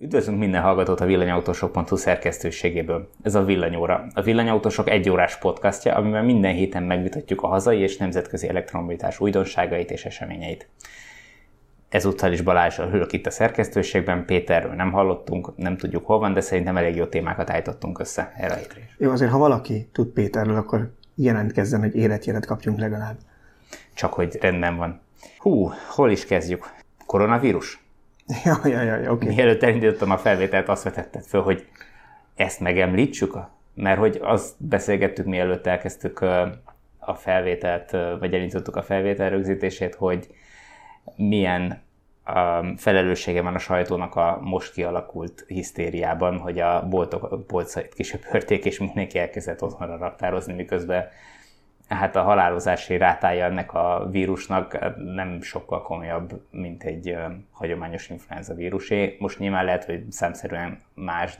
Üdvözlünk minden hallgatót a villanyautósok.hu szerkesztőségéből. Ez a Villanyóra. A Villanyautósok egyórás podcastja, amiben minden héten megvitatjuk a hazai és nemzetközi elektromobilitás újdonságait és eseményeit. Ezúttal is Balázsral ülök itt a szerkesztőségben, Péterről nem hallottunk, nem tudjuk hol van, de szerintem elég jó témákat állítottunk össze erre a hétre. Jó, azért ha valaki tud Péterről, akkor jelentkezzen, hogy életjelet kapjunk legalább. Csak hogy rendben van. Hol is kezdjük? Koronavírus? Oké. Mielőtt elindítottam a felvételt, azt vetetted föl, hogy ezt megemlítsük, mert hogy azt beszélgettük, mielőtt elkezdtük a felvételt, vagy elindítottuk a felvétel rögzítését, hogy milyen felelőssége van a sajtónak a most kialakult hisztériában, hogy a boltok polcait kisöpörték, és mindenki elkezdett otthonra raktározni, miközben hát a halálozási rátája ennek a vírusnak nem sokkal komolyabb, mint egy hagyományos influenza vírusé. Most nyilván lehet, hogy számszerűen más,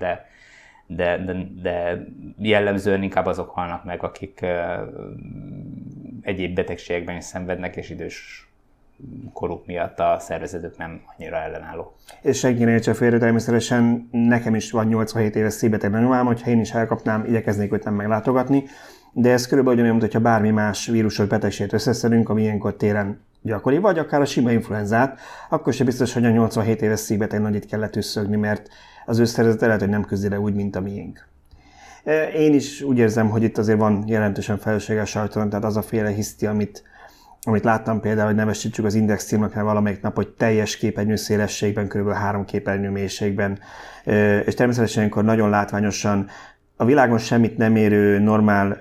de jellemzően inkább azok halnak meg, akik egyéb betegségekben is szenvednek, és idős koruk miatt a szervezetük nem annyira ellenálló. És senki ne értse félre, természetesen nekem is van 87 éves szívbeteg nagymamám, hogyha én is elkapnám, igyekeznék őt nem meglátogatni, de ez körülbelül olyan, mintha bármi más vírusos betegséget összeszedünk, ami ilyenkor télen gyakori, vagy akár a sima influenzát, akkor sem biztos, hogy a 87 éves szívbeteg nagyit kellett üsszögni, mert az ő szervezete lehet, hogy nem küzdi le úgy, mint a miénk. Én is úgy érzem, hogy itt azért van jelentősen felelőssége a sajton, tehát az a féle hiszti, amit láttam például, hogy nevesítsük az Index címlapján valamelyik nap, hogy teljes képernyő szélességben, kb. 3 képernyő mélységben, és természetesen ilyenkor nagyon látványosan a világon semmit nem érő normál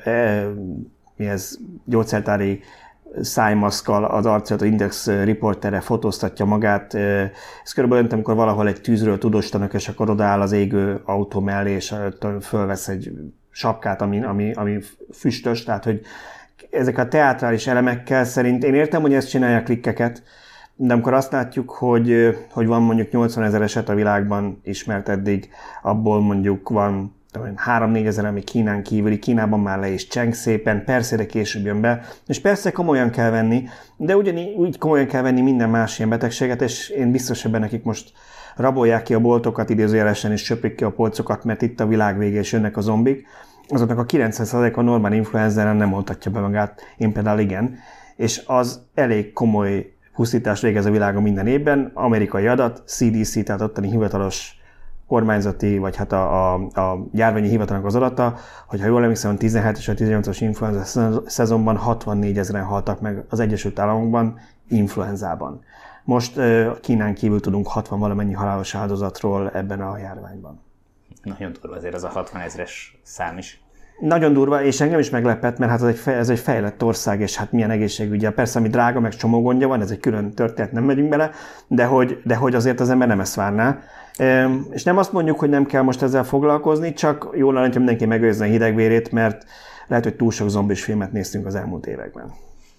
gyógyszertári szájmaszkkal az arcát, az Index riportere fotóztatja magát. Ez körülbelül olyan, amikor valahol egy tűzről tudostanak, és akkor odaáll az égő autó mellé, és fölvesz egy sapkát, ami füstös, tehát hogy ezek a teátrális elemekkel szerint, én értem, hogy ezt csinálják klikkeket, de amikor azt látjuk, hogy van mondjuk 80 000 eset a világban ismert eddig, abból mondjuk van 3-4 ezer, ami Kínán kívüli, Kínában már le is cseng szépen, persze, de később jön be, és persze komolyan kell venni, de ugyanígy komolyan kell venni minden más ilyen betegséget, és én biztos, hogy nekik most rabolják ki a boltokat idézőjelesen, és söprik ki a polcokat, mert itt a világ vége, és jönnek a zombik. Azoknak a 90%-a normál influenzán nem oltatja be magát, én például igen, és az elég komoly pusztítást végez a világon minden évben. Amerikai adat, CDC, tehát ottani hivatalos kormányzati, vagy hát a járványi hivatalnak az adata, hogy ha jól emlékszem, 17 és a 18-as influenza szezonban 64 000-en haltak meg az Egyesült Államokban influenzában. Most Kínán kívül tudunk 60 valamennyi halálos áldozatról ebben a járványban. Nagyon durva azért az a 60 000-es szám is. Nagyon durva, és engem is meglepett, mert hát ez egy fejlett ország, és hát milyen egészségügye. Persze, ami drága, meg csomó gondja van, ez egy külön történet, nem megyünk bele, de hogy azért az ember nem ezt várná. És nem azt mondjuk, hogy nem kell most ezzel foglalkozni, csak jól lenne, hogy mindenki megőrizne a hidegvérét, mert lehet, hogy túl sok zombis filmet néztünk az elmúlt években.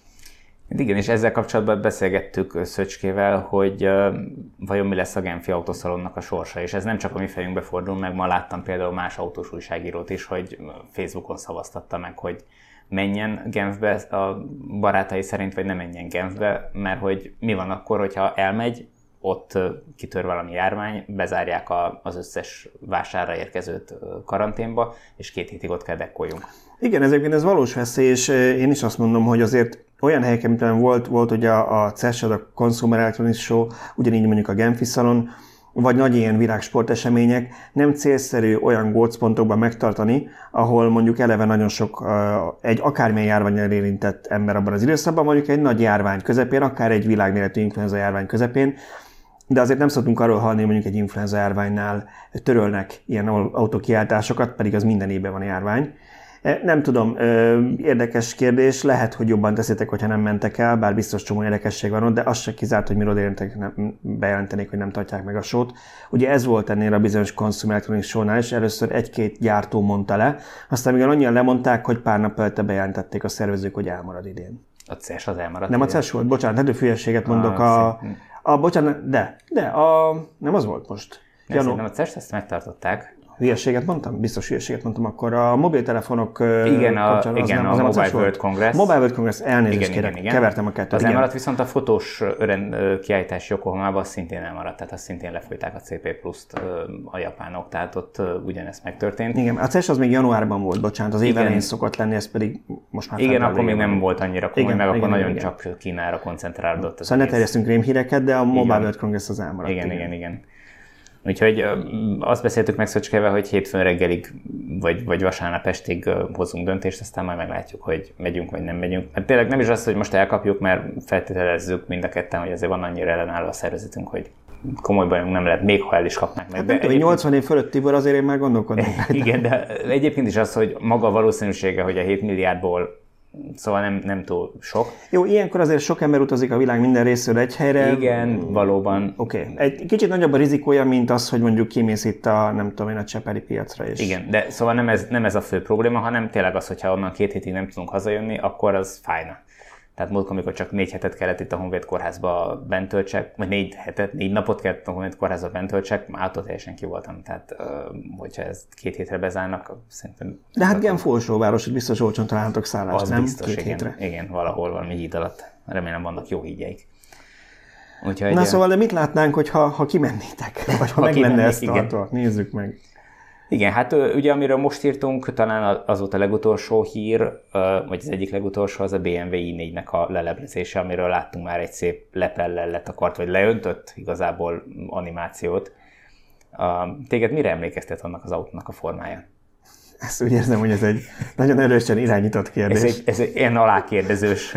Igen, és ezzel kapcsolatban beszélgettük Szöcskével, hogy vajon mi lesz a Genfi autószalonnak a sorsa, és ez nem csak a mi fejünkbe fordul meg, ma láttam például más autós újságírót is, hogy Facebookon szavaztatta meg, hogy menjen Genfbe a barátai szerint, vagy ne menjen Genfbe, mert hogy mi van akkor, hogyha elmegy, ott kitör valami járvány, bezárják az összes vásárra érkezőt karanténba, és 2 hétig ott kell dekkoljunk. Igen, ezekben ez valós veszély, és én is azt mondom, hogy azért olyan helyeken, mint volt ugye a CES, a Consumer Electronics Show, ugyanígy mondjuk a Genfi szalon, vagy nagy ilyen világsportesemények, nem célszerű olyan gócpontokban megtartani, ahol mondjuk eleve nagyon sok egy akármilyen járvánnyal érintett ember abban az időszakban, mondjuk egy nagy járvány közepén, akár egy világméretű influenza járvány közepén, de azért nem szoktunk arról hallani, hogy mondjuk egy influenza járványnál törölnek ilyen autókiáltásokat, pedig az minden évben van járvány. Nem tudom, érdekes kérdés, lehet, hogy jobban teszitek, hogyha nem mentek el, bár biztos csomó érdekesség van ott, de az se kizárt, hogy miről bejelentenék, hogy nem tartják meg a sót. Ugye ez volt ennél a bizonyos Consumer Electronics Show-nál is, először 1-2 gyártó mondta le, aztán még annyian lemondták, hogy pár nap előtte bejelentették a szervezők, hogy elmarad idén. A CES az elmaradt? Nem a CES volt, bocsánat, hát hülyeséget mondok, bocsánat, nem az volt most. Szerintem a CES-t ezt megtartották. Hülyeséget mondtam? Biztos hülyeséget mondtam. Akkor a mobiltelefonok igen, a Mobile World Congress. Mobile World Congress, elnézést kérek, kevertem a kettőt. Az elmaradt, viszont a fotós kiállítás Yokohamában szintén elmaradt, tehát azt szintén lefolyták a CP Plus-t a japánok, tehát ott ugyanezt megtörtént. Igen, a CES az még januárban volt, bocsánat, az év elején szokott lenni, ez pedig most már igen, akkor még nem volt annyira komoly, meg akkor nagyon csak Kínára koncentrálódott. Szóval ne terjesztünk rémhíreket, de a Mobile World Congress az elmaradt. Igen. Úgyhogy azt beszéltük meg Szöcskevel, hogy hétfőn reggelig, vagy vasárnap estig hozunk döntést, aztán majd meglátjuk, hogy megyünk, vagy nem megyünk. Mert tényleg nem is az, hogy most elkapjuk, mert feltételezzük mind a ketten, hogy azért van annyira ellenálló a szervezetünk, hogy komoly bajunk nem lehet, még ha el is kapnák meg. Hát de 80 év fölött Tibor, azért én már gondolkodom. Igen, de egyébként is az, hogy maga a valószínűsége, hogy a 7 milliárdból szóval nem túl sok. Jó, ilyenkor azért sok ember utazik a világ minden részről egy helyre. Igen, valóban. Oké. Egy kicsit nagyobb a rizikója, mint az, hogy mondjuk kimész itt a cseperi piacra is. Igen, de szóval nem ez a fő probléma, hanem tényleg az, hogyha onnan 2 hétig nem tudunk hazajönni, akkor az fájna. Tehát múltkor, amikor csak 4 hetet kellett itt a Honvéd kórházba bent töltsek, vagy 4 napot kellett a Honvéd kórházba bent töltsek, attól teljesen ki voltam. Tehát, hogyha ezt 2 hétre bezárnak, szerintem... De hát Genf olsóváros, hogy biztos olcsón találhatok szállást, nem? Biztos, igen, valahol valami híd alatt. Remélem vannak jó hídjeik. Úgyhogy, na szóval, de mit látnánk, ha kimennétek? Vagy ha meg lenne ezt tartva? Nézzük meg. Igen, hát ugye amiről most írtunk, talán az volt a legutolsó hír, vagy az egyik legutolsó, az a BMW i4-nek a leleplezése, amiről láttunk már egy szép lepellel letakart, vagy leöntött igazából animációt. Téged mire emlékeztet annak az autónak a formája? Ezt úgy érzem, hogy ez egy nagyon erősen irányított kérdés. Ez egy ilyen alákérdezős.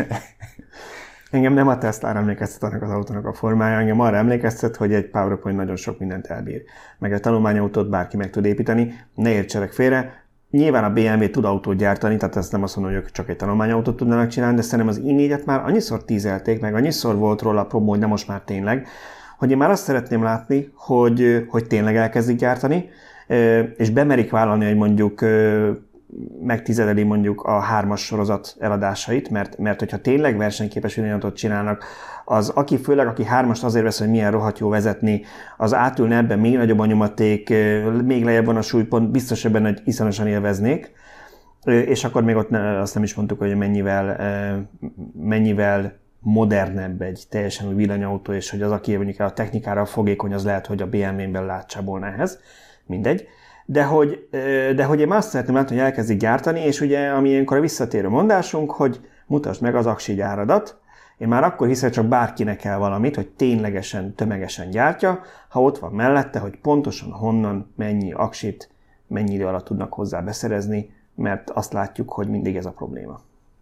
Engem nem a Tesla-ra emlékeztet annak az autónak a formája, engem arra emlékeztet, hogy egy PowerPoint nagyon sok mindent elbír. Meg egy tanulmányautót bárki meg tud építeni, ne értsenek félre. Nyilván a BMW tud autót gyártani, tehát ezt nem azt mondom, hogy ők csak egy tanulmányautót tudnának csinálni, de szerintem az i4-et már annyiszor tízelték, meg annyiszor volt róla a promó, hogy nem most már tényleg, hogy én már azt szeretném látni, hogy tényleg elkezdik gyártani, és bemerik vállalni, hogy mondjuk megtizedeli mondjuk a 3-as sorozat eladásait, mert hogyha tényleg versenyképes villanyautót csinálnak, az aki 3-ast azért vesz, hogy milyen rohadt jó vezetni, az átülne ebben még nagyobb a nyomaték, még lejjebb van a súlypont, biztos ebben, hogy iszonyosan élveznék, és akkor még ott azt nem is mondtuk, hogy mennyivel modernebb egy teljesen új villanyautó, és hogy az, aki mondjuk a technikára fogékony, az lehet, hogy a BMW-ben látsábolna ehhez, mindegy. De hogy én azt szeretném látni, hogy elkezdik gyártani, és ugye, ami ilyenkor a visszatérő mondásunk, hogy mutasd meg az aksi gyáradat. Én már akkor hiszem, csak bárkinek kell valamit, hogy ténylegesen, tömegesen gyártja, ha ott van mellette, hogy pontosan honnan, mennyi aksit, mennyi idő alatt tudnak hozzá beszerezni, mert azt látjuk, hogy mindig ez a probléma.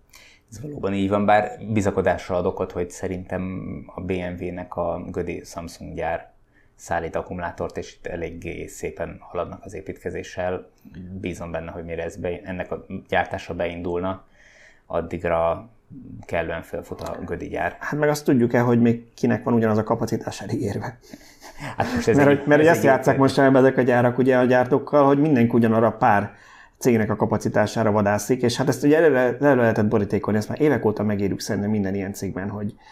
Ez valóban így van, bár bizakodásra ad okot, hogy szerintem a BMW-nek a gödi Samsung gyár szállít akkumulátort, és itt eléggé szépen haladnak az építkezéssel. Bízom benne, hogy mire ennek a gyártása beindulna, addigra kellően felfut a gödi gyár. Hát meg azt tudjuk-e, hogy még kinek van ugyanaz a kapacitás elég érve? Hát most mert ezt játsszák most ezek a gyárak ugye a gyártókkal, hogy mindenki ugyanarra pár cégnek a kapacitására vadászik, és hát ezt ugye előre lehetett borítékolni, ezt már évek óta megérjük szerintem minden ilyen cégben,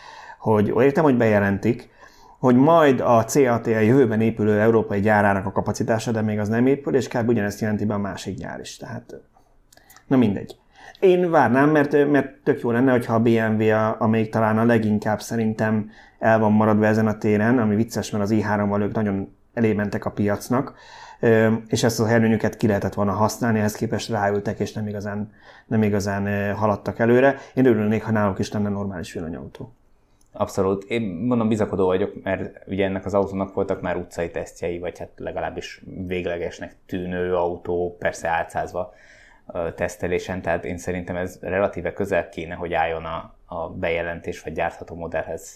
hogy értem, hogy bejelentik, hogy majd a CAT a jövőben épülő európai gyárának a kapacitása, de még az nem épül, és kb. Ugyanezt jelenti be a másik gyár is. Tehát, na mindegy. Én várnám, mert tök jó lenne, hogyha a BMW, amelyik talán a leginkább szerintem el van maradva ezen a téren, ami vicces, mert az i3-val ők nagyon elémentek a piacnak, és ezt az előnyüket ki lehetett volna használni, ehhez képest ráültek, és nem igazán haladtak előre. Én örülnék, ha náluk is lenne normális villanyautó. Abszolút. Én mondom, bizakodó vagyok, mert ugye ennek az autónak voltak már utcai tesztjei, vagy hát legalábbis véglegesnek tűnő autó, persze álcázva tesztelésen, tehát én szerintem ez relatíve közel kéne, hogy álljon a bejelentés vagy gyártható modellhez,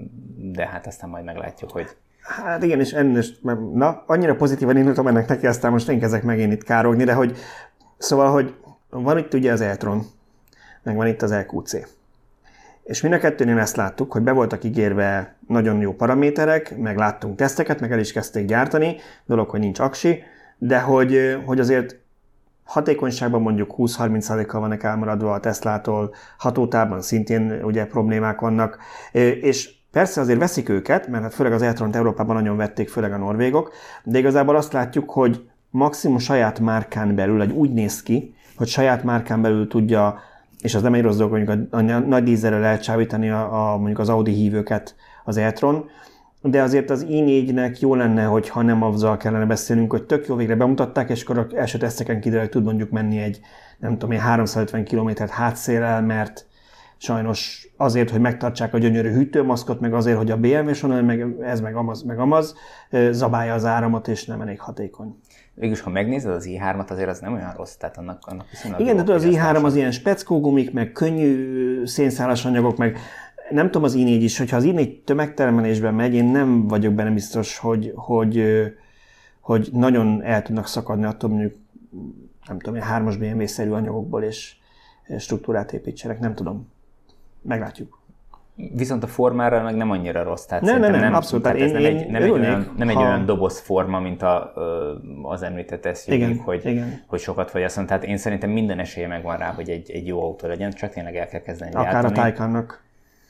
de hát aztán majd meglátjuk, hogy... Hát igen, és annyira pozitívan indultam ennek neki, aztán most én kezdek megint itt károgni, de hogy szóval, hogy van itt ugye az e-tron, meg van itt az EQC. És mind a kettőnél ezt láttuk, hogy be voltak ígérve nagyon jó paraméterek, meg láttunk teszteket, meg el is kezdték gyártani, dolog, hogy nincs aksi, de hogy azért hatékonyságban mondjuk 20-30%-kal vannak elmaradva a Teslától, hatótávban szintén ugye problémák vannak, és persze azért veszik őket, mert hát főleg az e-tront Európában nagyon vették, főleg a norvégok, de igazából azt látjuk, hogy maximum saját márkán belül, úgy néz ki, hogy saját márkán belül tudja, és az nem egy rossz dolog, mondjuk a nagy dízelről elcsábítani mondjuk az Audi hívőket az e-tron, de azért az i4-nek jó lenne, hogyha nem azzal kellene beszélnünk, hogy tök jó végre bemutatták, és akkor az első teszteken kiderül, hogy tud mondjuk menni egy, nem tudom én, 350 km-t hátszéllel, mert sajnos azért, hogy megtartsák a gyönyörű hűtőmaszkot, meg azért, hogy a BMW-son, meg ez, meg amaz, zabálja az áramot, és nem elég hatékony. Végülis, ha megnézed az i3-at, azért az nem olyan rossz, tehát annak viszonylag. Igen, de az i3 az ilyen speckógumik, meg könnyű szénszálas anyagok, meg nem tudom az i4 is, hogyha az i4 tömegtermelésben megy, én nem vagyok benne biztos, hogy nagyon el tudnak szakadni attól, mondjuk, nem tudom, 3-as BMW-szerű anyagokból, és struktúrát építsenek, nem tudom. Meglátjuk. Viszont a formára meg nem annyira rossz. Tehát nem, abszolút. Tehát ez nem egy olyan dobozforma, mint az említett SUV, hogy sokat fogyasztom. Tehát én szerintem minden esélye megvan rá, hogy egy jó autó legyen, csak tényleg el kell kezdeni gyártani. Akár a Taycannak.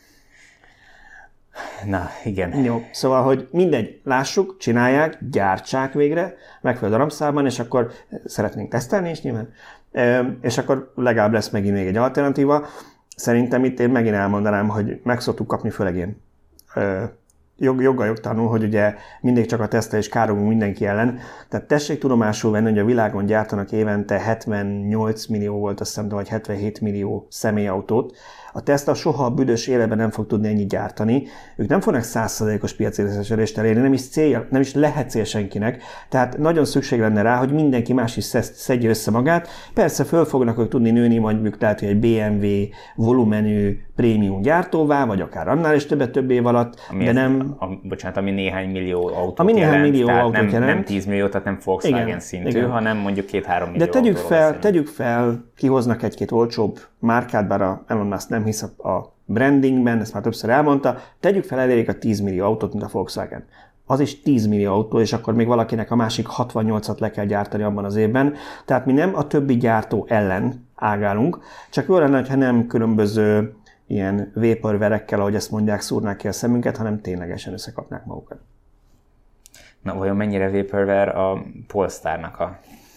Na, igen. Jó, szóval, hogy mindegy, lássuk, csinálják, gyártsák végre, megfelelő darabszámban, és akkor szeretnénk tesztelni is nyilván, és akkor legalább lesz megint még egy alternatíva. Szerintem itt én megint elmondanám, hogy meg szoktuk kapni, főleg én. Joggal jogtalanul, hogy ugye mindig csak a tesztelés károgunk mindenki ellen. Tehát tessék tudomásul venni, hogy a világon gyártanak évente 78 millió volt, azt hiszem, vagy 77 millió személyautót. A Tesla soha a büdös életben nem fog tudni ennyit gyártani. Ők nem fognak 100%-os piaci részesedést elérni, nem is lehet cél senkinek. Tehát nagyon szükség lenne rá, hogy mindenki más is szedje össze magát. Persze föl fognak ők tudni nőni, mondjuk lehet, hogy egy BMW volumenű prémium gyártóvá, vagy akár annál is több év alatt, de nem... Ami néhány millió autót jelent, nem 10 millió, tehát nem Volkswagen szintű, hanem mondjuk 2-3 millió. De tegyük fel, kihoznak egy-két olcsóbb márkát, bár a Elon Musk nem hisz a brandingben, ezt már többször elmondta, tegyük fel, elérik a 10 millió autót, mint a Volkswagen. Az is 10 millió autó, és akkor még valakinek a másik 68-at le kell gyártani abban az évben. Tehát mi nem a többi gyártó ellen ágálunk, csak jó lenne, ha nem különböző ilyen vaporverekkel, ahogy ezt mondják, szúrnák ki a szemünket, hanem ténylegesen összekapnák magukat. Na, vajon mennyire vaporware a Polestarnak a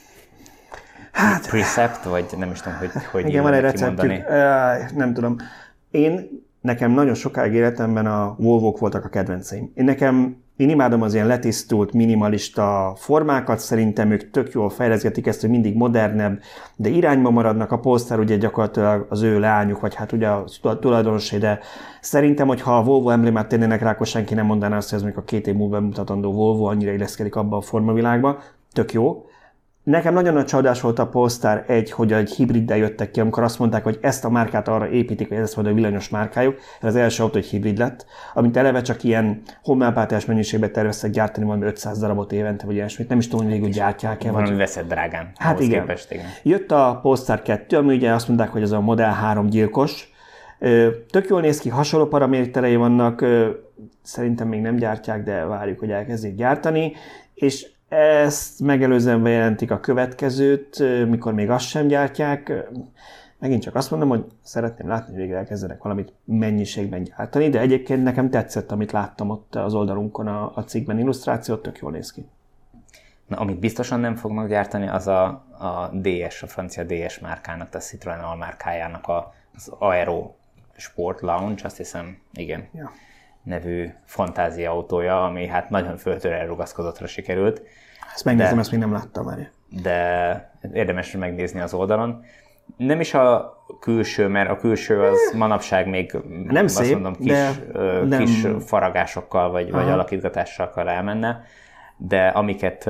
Precept, vagy nem is tudom, hogy igen, van egy receptjük, nem tudom. Nekem nagyon sokáig életemben a Volvók voltak a kedvenceim. Én imádom az ilyen letisztult, minimalista formákat, szerintem ők tök jól fejleszgetik ezt, hogy mindig modernebb, de irányba maradnak. A Polestar ugye gyakorlatilag az ő leányuk, vagy hát ugye a tulajdonosé, de szerintem, hogyha a Volvo emblémát tennének rá, akkor senki nem mondaná azt, hogy ez még a 2 év múlva bemutatandó Volvo annyira illeszkedik abba a formavilágba. Tök jó. Nekem nagyon nagy csalódás volt a Polestar 1, hogy egy hibriddel jöttek ki, amikor azt mondták, hogy ezt a márkát arra építik, hogy ez volt a villanyos márkájuk. Ez az első autó, hogy hibrid lett, amit eleve csak ilyen homeopátiás mennyiségben terveztek gyártani, valami 500 darabot évente, vagy ilyesmit. Nem is tudom, hogy végül gyártják-e. Valami veszett drágán. Hát igen. Képest, igen. Jött a Polestar 2, ami ugye azt mondták, hogy ez a Model 3 gyilkos. Tök jól néz ki, hasonló paraméterei vannak, szerintem még nem gyártják, de várjuk, hogy elkezdjék gyártani, és ezt megelőzően bejelentik a következőt, mikor még azt sem gyártják. Megint csak azt mondom, hogy szeretném látni, hogy végre elkezdenek valamit mennyiségben gyártani, de egyébként nekem tetszett, amit láttam ott az oldalunkon a cikkben, illusztrációt, tök jól néz ki. Na, amit biztosan nem fognak gyártani, az a DS, a francia DS márkának, a Citroën almárkájának az Aero Sport Lounge, azt hiszem, igen. Ja. Nevű fantázia autója, ami hát nagyon föltőre rugaszkodottra sikerült. Ezt megnézem, ezt még nem láttam már. De érdemes megnézni az oldalon. Nem is a külső, mert a külső az manapság még nem azt szép, mondom, kis faragásokkal vagy alakítgatással elmenne, de amiket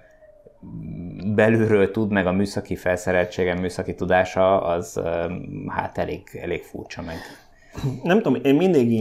belülről tud, meg a műszaki felszereltsége, műszaki tudása, az hát elég furcsa meg. Nem tudom, én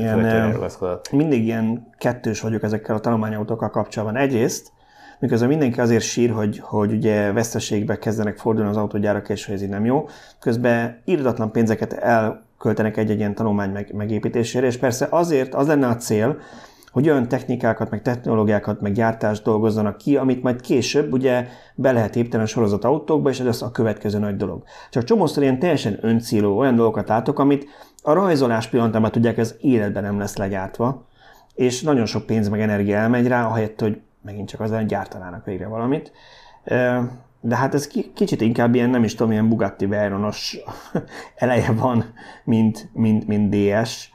mindig ilyen kettős vagyok ezekkel a tanulmányautókkal kapcsolatban. Egyrészt, miközben mindenki azért sír, hogy ugye veszteségbe kezdenek fordulni az autógyárak, és hogy ez így nem jó, közben irdatlan pénzeket elköltenek egy ilyen tanulmány megépítésére, és persze azért az lenne a cél, hogy olyan technikákat, meg technológiákat, meg gyártást dolgozzanak ki, amit majd később ugye be lehet építeni a sorozat autókba, és ez a következő nagy dolog. Csak csomószor ilyen teljesen öncélú olyan dolgokat látok, amit a rajzolás pillanatában tudják, ez életben nem lesz legyártva, és nagyon sok pénz meg energia elmegy rá, ahelyett, hogy megint csak azzal gyártanának végre valamit. De hát ez kicsit inkább ilyen, nem is tudom, ilyen Bugatti Veyronos eleje van, mint DS.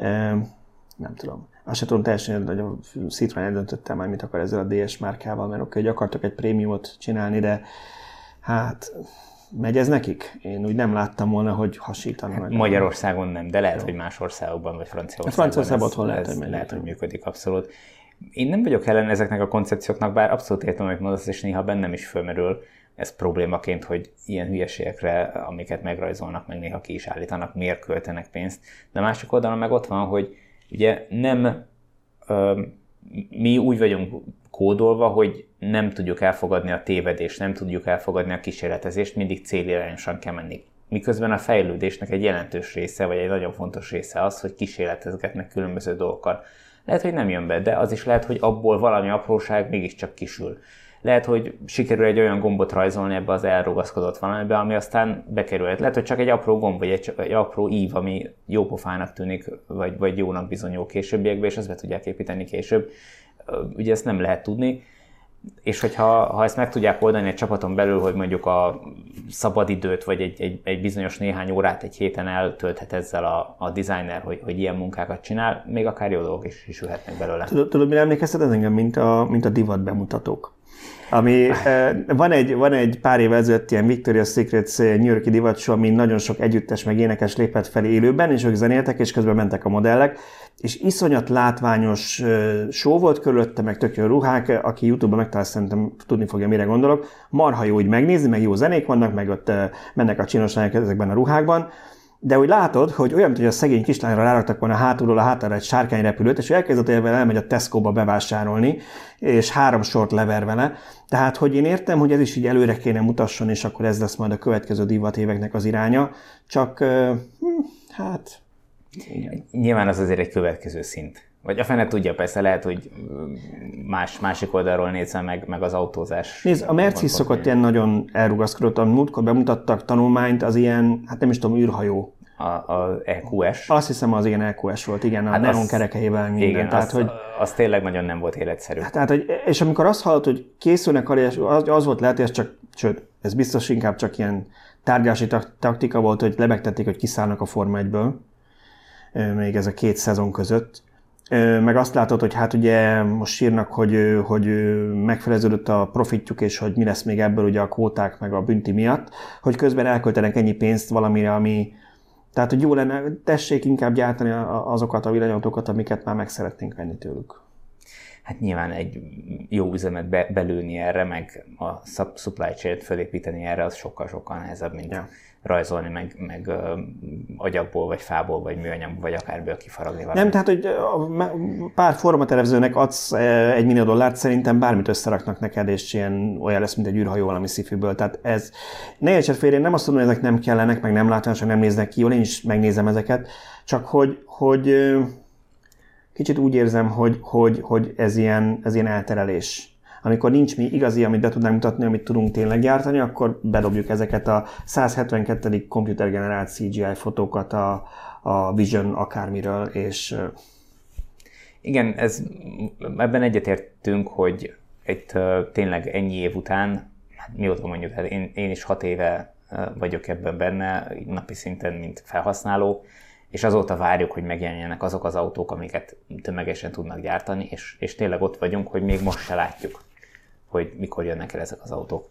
Nem tudom. Azt sem tudom teljesen, hogy a Citroen eldöntötte már, mit akar ezzel a DS márkával, mert oké, hogy akartak egy prémiumot csinálni, de hát megy ez nekik? Én úgy nem láttam volna, hogy hasítanak. Magyarországon nem, de lehet, hogy más országokban, vagy Franciaországban. Franciaországban otthon lehet, hogy működik abszolút. Én nem vagyok ellen ezeknek a koncepcióknak, bár abszolút értem, amit mondasz, és néha bennem is fölmerül ez problémaként, hogy ilyen hülyeségekre, amiket megrajzolnak, meg néha ki is állítanak, miért költenek pénzt. De a másik oldalon meg ott van, hogy ugye nem mi úgy vagyunk kódolva, hogy nem tudjuk elfogadni a tévedést, nem tudjuk elfogadni a kísérletezést, mindig célirányosan kell menni. Miközben a fejlődésnek egy jelentős része, vagy egy nagyon fontos része az, hogy kísérletezgetnek különböző dolgokkal. Lehet, hogy nem jön be, de az is lehet, hogy abból valami apróság mégiscsak kisül. Lehet, hogy sikerül egy olyan gombot rajzolni ebbe az elrugaszkodott valamibe, ami aztán bekerülhet. Lehet, hogy csak egy apró gomb, vagy egy apró ív, ami jópofának tűnik, vagy jónak bizonyul későbbiekben, és azt be tudják építeni később. Ugye ezt nem lehet tudni. És hogyha ezt meg tudják oldani egy csapaton belül, hogy mondjuk a szabadidőt, vagy egy bizonyos néhány órát egy héten eltölthet ezzel a designer, hogy ilyen munkákat csinál, még akár jó dolgok is ülhetnek belőle. Tudod, mire emlékeztet ez engem, mint a divat bemutatók? Ami, van egy pár év ezelőtt ilyen Victoria's Secret New York-i divatshow, ami nagyon sok együttes meg énekes lépett fel élőben, és ők zenéltek, és közben mentek a modellek, és iszonyat látványos show volt körülötte, meg tök jó ruhák, aki YouTube-ban megtalál, szerintem tudni fogja, mire gondolok. Marha jó úgy megnézni, meg jó zenék vannak, meg ott mennek a csinos lányok ezekben a ruhákban, de úgy látod, hogy olyan, hogy a szegény kislányra ráraktak volna hátulról a hátára egy sárkányrepülőt, és ő elkezdett elmegy a Tesco-ba bevásárolni, és 3 sort lever vele. Tehát, hogy én értem, hogy ez is így előre kéne mutasson, és akkor ez lesz majd a következő divatéveknek az iránya. Csak, hát... Igen. Nyilván az azért egy következő szint. Vagy a fene tudja, persze lehet, hogy másik oldalról nézve meg az autózás. Nézd, a Mercedes szokott ilyen nagyon elrugaszkodott, a múltkor bemutattak tanulmányt, az ilyen, hát nem is tudom, űrhajó. Az EQS? Azt hiszem, az ilyen EQS volt, igen, a neon kerekeivel minden. Igen, tehát, az tényleg nagyon nem volt életszerű. Tehát, és amikor azt hallott, hogy készülnek, az volt lehet, hogy ez csak, sőt, ez biztos inkább csak ilyen tárgyási taktika volt, hogy lebegtették, hogy kiszállnak a Forma 1-ből, még ez a 2 szezon között. Meg azt látod, hogy hát ugye most sírnak, hogy megfeleződött a profitjuk, és hogy mi lesz még ebből ugye a kvóták meg a bünti miatt, hogy közben elköltenek ennyi pénzt valamire, ami... Tehát, hogy jó lenne, tessék inkább gyártani azokat a villanyautókat, amiket már meg szeretnénk venni tőlük. Hát nyilván egy jó üzemet belőni erre, meg a supply chain-t felépíteni erre, az sokkal-sokkal nehezebb, mint rajzolni, meg agyagból, vagy fából, vagy műanyagból, vagy akárból kifaragni valamit. Nem, tehát, hogy pár formatervezőnek adsz $1 millió, szerintem bármit összeraknak neked, és olyan lesz, mint egy űrhajó valami sci-fiből. Tehát ez ne értsed félre, én nem azt mondom, hogy ezek nem kellenek, meg nem látványosak, nem néznek ki jól, én is megnézem ezeket, csak hogy kicsit úgy érzem, hogy ez ilyen elterelés. Amikor nincs mi igazi, amit be tudnánk mutatni, amit tudunk tényleg gyártani, akkor bedobjuk ezeket a 172. komputergenerált CGI fotókat a Vision akármiről, és... Igen, ebben egyetértünk, hogy itt tényleg ennyi év után, hát mióta mondjuk, hát én is 6 éve vagyok ebben benne, napi szinten, mint felhasználó, és azóta várjuk, hogy megjelenjenek azok az autók, amiket tömegesen tudnak gyártani, és tényleg ott vagyunk, hogy még most se látjuk, hogy mikor jönnek el ezek az autók.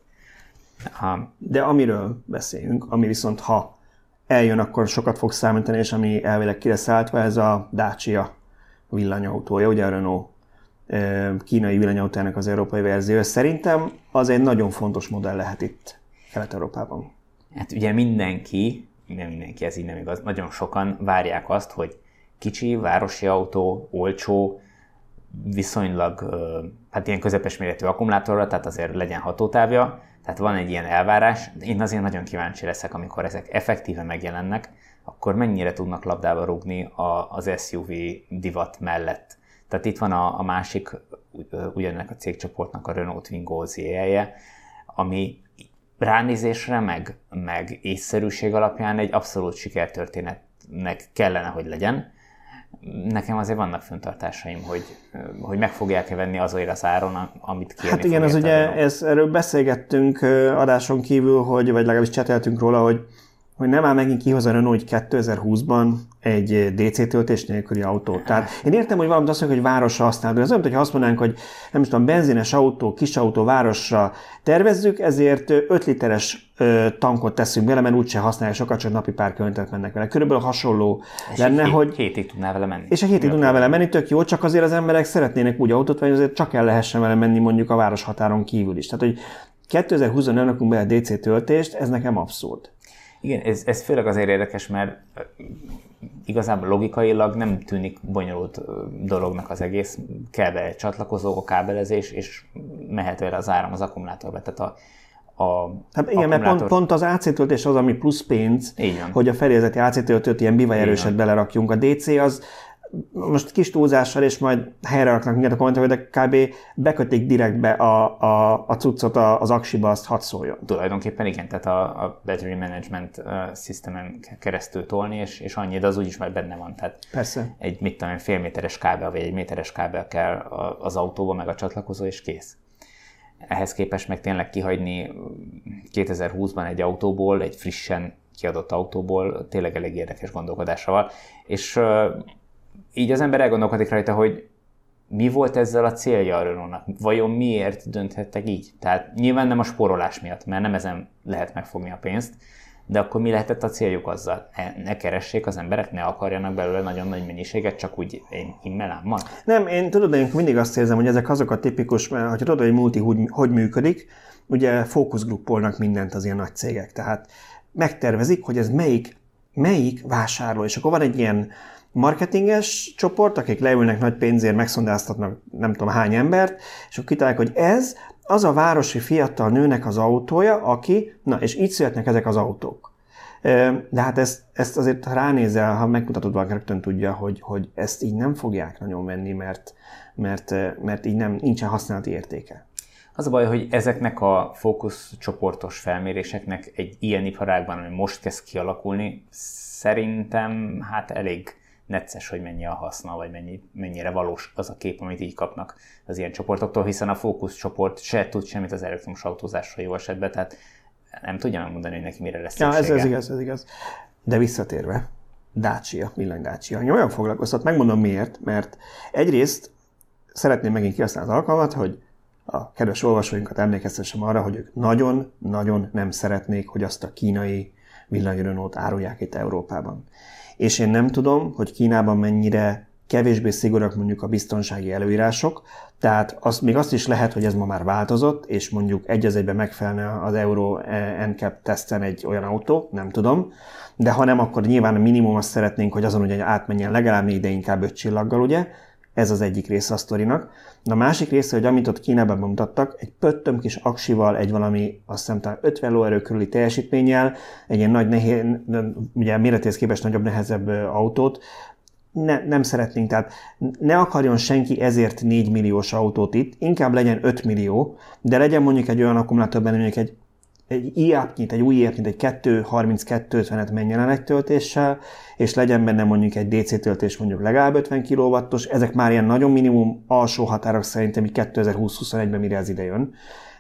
De amiről beszélünk, ami viszont ha eljön, akkor sokat fog számítani, és ami elvileg ki lesz állítva, ez a Dacia villanyautója, ugye a Renault kínai villanyautójának az európai verziója. Szerintem az egy nagyon fontos modell lehet itt Kelet-Európában. Hát ugye mindenki, ez így nem igaz, nagyon sokan várják azt, hogy kicsi, városi autó, olcsó, viszonylag hát ilyen közepes méretű akkumulátorra, tehát azért legyen hatótávja, tehát van egy ilyen elvárás, de én azért nagyon kíváncsi leszek, amikor ezek effektíven megjelennek, akkor mennyire tudnak labdába rúgni az SUV divat mellett. Tehát itt van a másik, ugyanennek a cégcsoportnak a Renault Twingo ZE-je, ami ránézésre, meg észszerűség alapján egy abszolút sikertörténetnek kellene, hogy legyen. nekem azért vannak fenntartásaim, hogy meg fogják-e venni azért az áron, amit kérni. Hát igen, erről beszélgettünk adáson kívül, vagy legalábbis cseteltünk róla, hogy nem áll megint kihoz a Renault 2020-ban egy DC töltés nélküli autót. Tehát én értem, hogy valamit azt mondjuk, hogy városra használni, de az olyan, hogyha azt mondanánk, hogy nem tudom, benzines autó, kis autó városra tervezzük, ezért 5 literes tankot teszünk bele, mert úgyse használja sokat, csak napi pár kilométert mennek vele. Körülbelül hasonló és lenne, hogy... hétig tudnál vele menni. És egy hétig tudnál vele menni, tök jó, csak azért az emberek szeretnének úgy autót, vagy azért csak el lehessen vele menni mondjuk a városhatáron kívül is. Tehát, hogy 2020-ban nem rakunk be a DC töltést, ez nekem abszurd. Igen, ez főleg azért érdekes, mert igazából logikailag nem tűnik bonyolult dolognak az egész. Kell be egy csatlakozó, a kábelezés, és mehet vele az áram az akkumulátorba. Tehát hát igen, mert pont az AC töltés az, ami plusz pénz, hogy a fedélzeti AC töltőt ilyen bivajerőset belerakjunk. A DC az most kis túlzással, és majd helyre raknak minket a kommentelők, de kb. Bekötik direktbe a cuccot az aksiba, azt hadd szóljon. Tulajdonképpen igen, tehát a Battery Management Systemen keresztül tolni, és annyi, de az úgyis már benne van. Tehát persze. Egy fél méteres kábel, vagy egy méteres kábel kell az autóba, meg a csatlakozó, és kész. Ehhez képest meg tényleg kihagyni 2020-ban egy autóból, egy frissen kiadott autóból, tényleg elég érdekes gondolkodással. És így az ember elgondolkodik rajta, hogy mi volt ezzel a célja a Renault-nak? Vajon miért dönthettek így? Tehát nyilván nem a spórolás miatt, mert nem ezen lehet megfogni a pénzt, de akkor mi lehetett a céljuk azzal? Ne keressék az emberek, ne akarjanak belőle nagyon nagy mennyiséget, csak úgy immelámmal? Nem, én mindig azt érzem, hogy ezek azok a tipikus, mert ha tudod, hogy egy multi hogy működik, ugye fókuszgruppolnak mindent az ilyen nagy cégek, tehát megtervezik, hogy ez melyik vásárló, és akkor van egy ilyen marketinges csoport, akik leülnek nagy pénzért, megszondáztatnak nem tudom hány embert, és akkor kitalálják, hogy ez az a városi fiatal nőnek az autója, aki, na és így születnek ezek az autók. De hát ezt azért ránézel, ha megmutatod valaki, rögtön tudja, hogy ezt így nem fogják nagyon venni, mert így nincsen használati értéke. Az a baj, hogy ezeknek a fókuszcsoportos felméréseknek egy ilyen iparágban, ami most kezd kialakulni, szerintem hát elég necces, hogy mennyi a haszna, vagy mennyire valós az a kép, amit így kapnak az ilyen csoportoktól, hiszen a fókuszcsoport se tud semmit az elektromos autózásról jó esetben, tehát nem tudja megmondani, hogy neki mire lesz szüksége. Ja, ez igaz. De visszatérve, Dacia, villany Dacia. Olyan foglalkoztat, megmondom miért, mert egyrészt szeretném megint kihasználni az alkalmat, hogy a kedves olvasóinkat emlékeztessem arra, hogy ők nagyon-nagyon nem szeretnék, hogy azt a kínai villany Renault árulják itt Európában. És én nem tudom, hogy Kínában mennyire kevésbé szigorúak mondjuk a biztonsági előírások, tehát még azt is lehet, hogy ez ma már változott, és mondjuk egy az egyben megfelelne az Euro NCAP teszten egy olyan autó, nem tudom, de ha nem, akkor nyilván a minimum azt szeretnénk, hogy azon ugye átmenjen legalább 4, de inkább 5 csillaggal, ugye? Ez az egyik része a sztorinak. De a másik része, hogy amit ott Kínában bemutattak, egy pöttöm kis aksival, egy valami, azt hiszem, talán 50 lóerő körüli teljesítménnyel, egy ilyen nagy, ugye méretéhez képest nagyobb, nehezebb autót, nem szeretnénk, tehát ne akarjon senki ezért 4 milliós autót itt, inkább legyen 5 millió, de legyen mondjuk egy olyan akkumulátorban, mondjuk egy új ilyet, egy 232-50-et menjen el egy töltéssel, és legyen benne mondjuk egy DC töltés mondjuk legalább 50 kW-os, ezek már ilyen nagyon minimum alsó határok szerintem, így 2020-21-ben mire ez ide jön.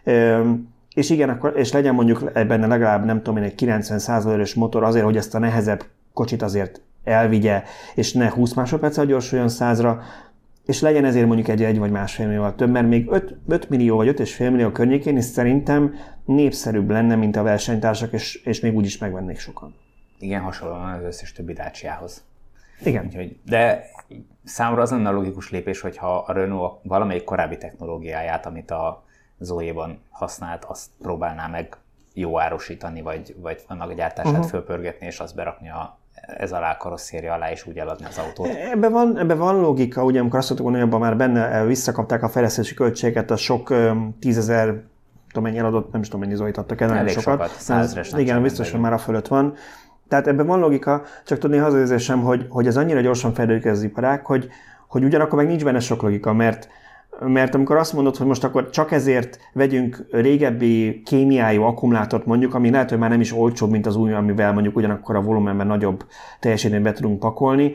És igen, és legyen mondjuk benne legalább nem tudom én egy 90-100 lóerős motor azért, hogy ezt a nehezebb kocsit azért elvigye, és ne 20 másodperccel gyorsuljon 100-ra, és legyen ezért mondjuk egy vagy másfél millióval több, mert még 5 millió vagy 5,5 millió környékén is szerintem népszerűbb lenne, mint a versenytársak, és még úgyis megvennék sokan. Igen, hasonlóan az összes többi Daciához. Igen. Úgyhogy, de számomra az lenne a logikus lépés, hogyha a Renault valamelyik korábbi technológiáját, amit a Zoe-ban használt, azt próbálná meg jó árusítani, vagy annak a gyártását fölpörgetni, és azt berakni ez alá a karosszéria alá, és úgy eladni az autót. Ebben van logika, ugye amikor azt mondtuk, hogy abban már benne visszakapták a fejlesztési költségeket, a sok 10 000, tudom mennyi eladott, nem is tudom mennyi Zoe-t adtak el, elég sokat. 100-es. Igen, biztos, hogy már a fölött van. Tehát ebben van logika, csak tudni hazérzésem, hogy ez annyira gyorsan fejlődik ez az iparág, hogy ugyanakkor meg nincs benne sok logika, mert amikor azt mondod, hogy most akkor csak ezért vegyünk régebbi kémiájú akkumulátort mondjuk, ami lehet, hogy már nem is olcsóbb, mint az új, amivel mondjuk ugyanakkor a volumenben nagyobb teljesítményt be tudunk pakolni,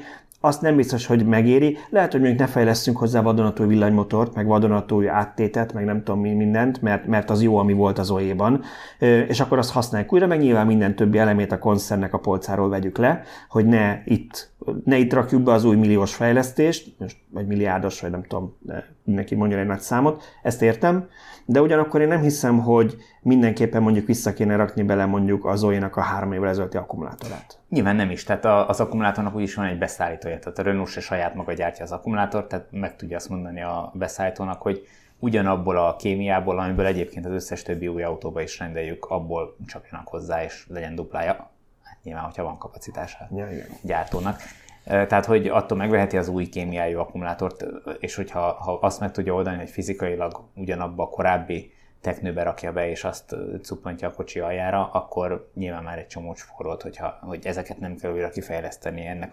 azt nem biztos, hogy megéri. Lehet, hogy mondjuk ne fejlesztünk hozzá vadonatúj villanymotort, meg vadonatúj áttétet, meg nem tudom mindent, mert az jó, ami volt az OE-ban, és akkor azt használjuk újra, meg nyilván minden többi elemét a koncernnek a polcáról vegyük le, hogy ne itt rakjuk be az új milliós fejlesztést, vagy milliárdos, vagy nem tudom, neki mondjon egy nagy számot, ezt értem, de ugyanakkor én nem hiszem, hogy mindenképpen mondjuk vissza kéne rakni bele mondjuk az OE-nak a 3 évvel ezelőtti akkumulátorát. Nyilván nem is, tehát az akkumulátornak úgyis van egy beszállítója, tehát a Renault se saját maga gyártja az akkumulátort, tehát meg tudja azt mondani a beszállítónak, hogy ugyanabból a kémiából, amiből egyébként az összes többi új autóba is rendeljük, abból csapjanak hozzá, és legyen duplája. Hát nyilván, hogyha van kapacitása a gyártónak. Tehát, hogy attól megveheti az új kémiájú akkumulátort, és hogyha azt meg tudja oldani, hogy fizikailag ugyanabba a korábbi teknőbe rakja be, és azt cuppantja a kocsi aljára, akkor nyilván már egy csomó forrott, hogy ezeket nem kell újra kifejleszteni, ennek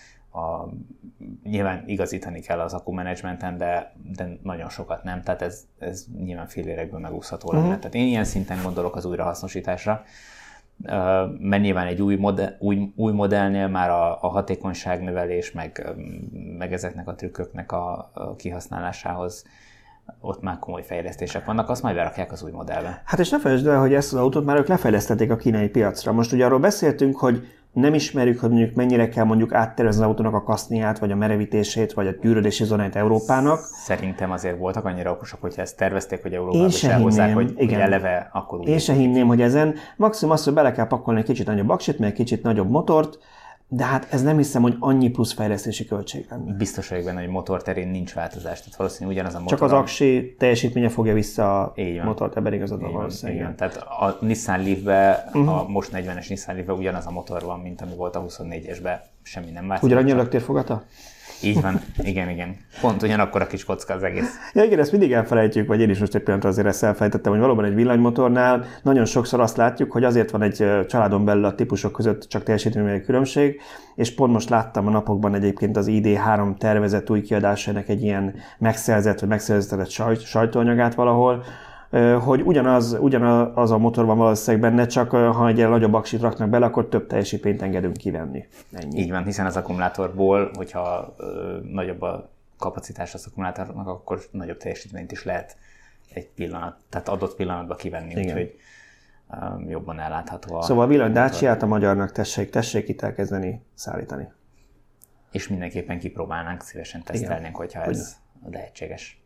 nyilván igazítani kell az akkumenedzsmenten, de nagyon sokat nem, tehát ez nyilván félérekből megúszható lenne. Tehát én ilyen szinten gondolok az újrahasznosításra, mert nyilván egy új modellnél már a hatékonyságnövelés, meg ezeknek a trükköknek a kihasználásához ott már komoly fejlesztések vannak, azt majd berakják az új modellbe. Hát és ne felejtsd el, hogy ezt az autót már ők lefejlesztették a kínai piacra. Most ugye arról beszéltünk, hogy nem ismerjük, hogy mondjuk mennyire kell mondjuk áttervezni az autónak a kaszniát, vagy a merevítését, vagy a gyűrödési zónáját Európának. Szerintem azért voltak annyira okosak, hogyha ezt tervezték, hogy Európába is elhozzák, hogy eleve akkor úgy. Én se hinném, hogy ezen maximum az, hogy bele kell pakolni egy kicsit nagyobb aksit, meg egy kicsit nagyobb motort, de hát ez nem hiszem, hogy annyi plusz fejlesztési költség lenne. Biztos vagyok benne, hogy motor terén nincs változás, tehát valószínűleg ugyanaz a motor. Csak az aksi teljesítménye fogja vissza a motort, ebben igazad van valószínűleg. Igen. Tehát a Nissan Leaf-be, a most 40-es Nissan Leaf-be ugyanaz a motor van, mint ami volt a 24-esbe, semmi nem változott. Ugyanannyi a löktérfogata? Így van, igen. Pont ugyanakkor a kis kocka az egész. Ja, igen, ezt mindig elfelejtjük, vagy én is most egy pillanatra azért ezt elfelejtettem, hogy valóban egy villanymotornál nagyon sokszor azt látjuk, hogy azért van egy családon belül a típusok között csak teljesítménybeli különbség, és pont most láttam a napokban egyébként az ID3 tervezett új kiadásának egy ilyen megszerzett vagy megszerzetett sajtóanyagát valahol, hogy ugyanaz a motor van valószínűleg benne, csak ha egy ilyen nagyobb aksit raknak bele, akkor több teljesítményt engedünk kivenni. Ennyi. Így van, hiszen az akkumulátorból, hogyha nagyobb a kapacitás az akkumulátornak, akkor nagyobb teljesítményt is lehet egy pillanat, tehát adott pillanatban kivenni, úgyhogy jobban ellátható. Szóval a villany Dacia-t a magyarnak tessék itt elkezdeni szállítani. És mindenképpen kipróbálnánk, szívesen tesztelnénk, hogyha ez lehetséges.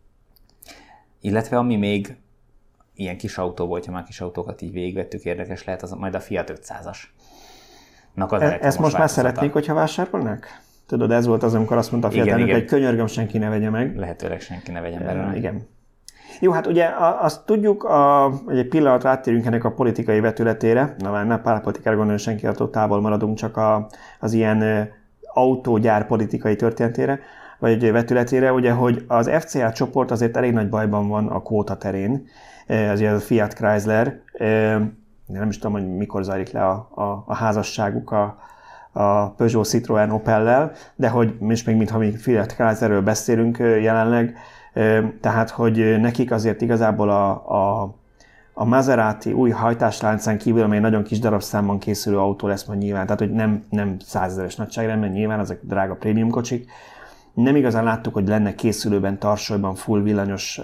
Illetve ami még ilyen kis autó volt, ha már kis autókat így végigvettük, érdekes lehet, az majd a Fiat 500-as. Ezt most már szeretnék, hogyha vásárolnak? Tudod, ez volt az, amikor azt mondta a Fiat elnök, hogy könyörgöm, senki ne vegye meg. Lehetőleg senki ne vegyen belőle. Igen. Jó, hát ugye azt tudjuk, hogy egy pillanatra áttérünk ennek a politikai vetületére, ne pártpolitikára gondolni, senki attól távol maradunk, csak az ilyen autógyár politikai történetére, vagy vetületére, ugye, hogy az FCA csoport azért elég nagy bajban van a kvóta terén, azért a Fiat Chrysler, nem is tudom, hogy mikor zajlik le a házasságuk a Peugeot Citroën Opellel, de hogy most még mintha mi Fiat Chryslerről beszélünk jelenleg, tehát hogy nekik azért igazából a Maserati új hajtásláncán kívül, amely nagyon kis darabszámban készülő autó lesz majd nyilván, tehát hogy nem 100 000-es nagyságrendben nyilván, ezek drága prémium kocsik, nem igazán láttuk, hogy lenne készülőben, tarsolyban full villanyos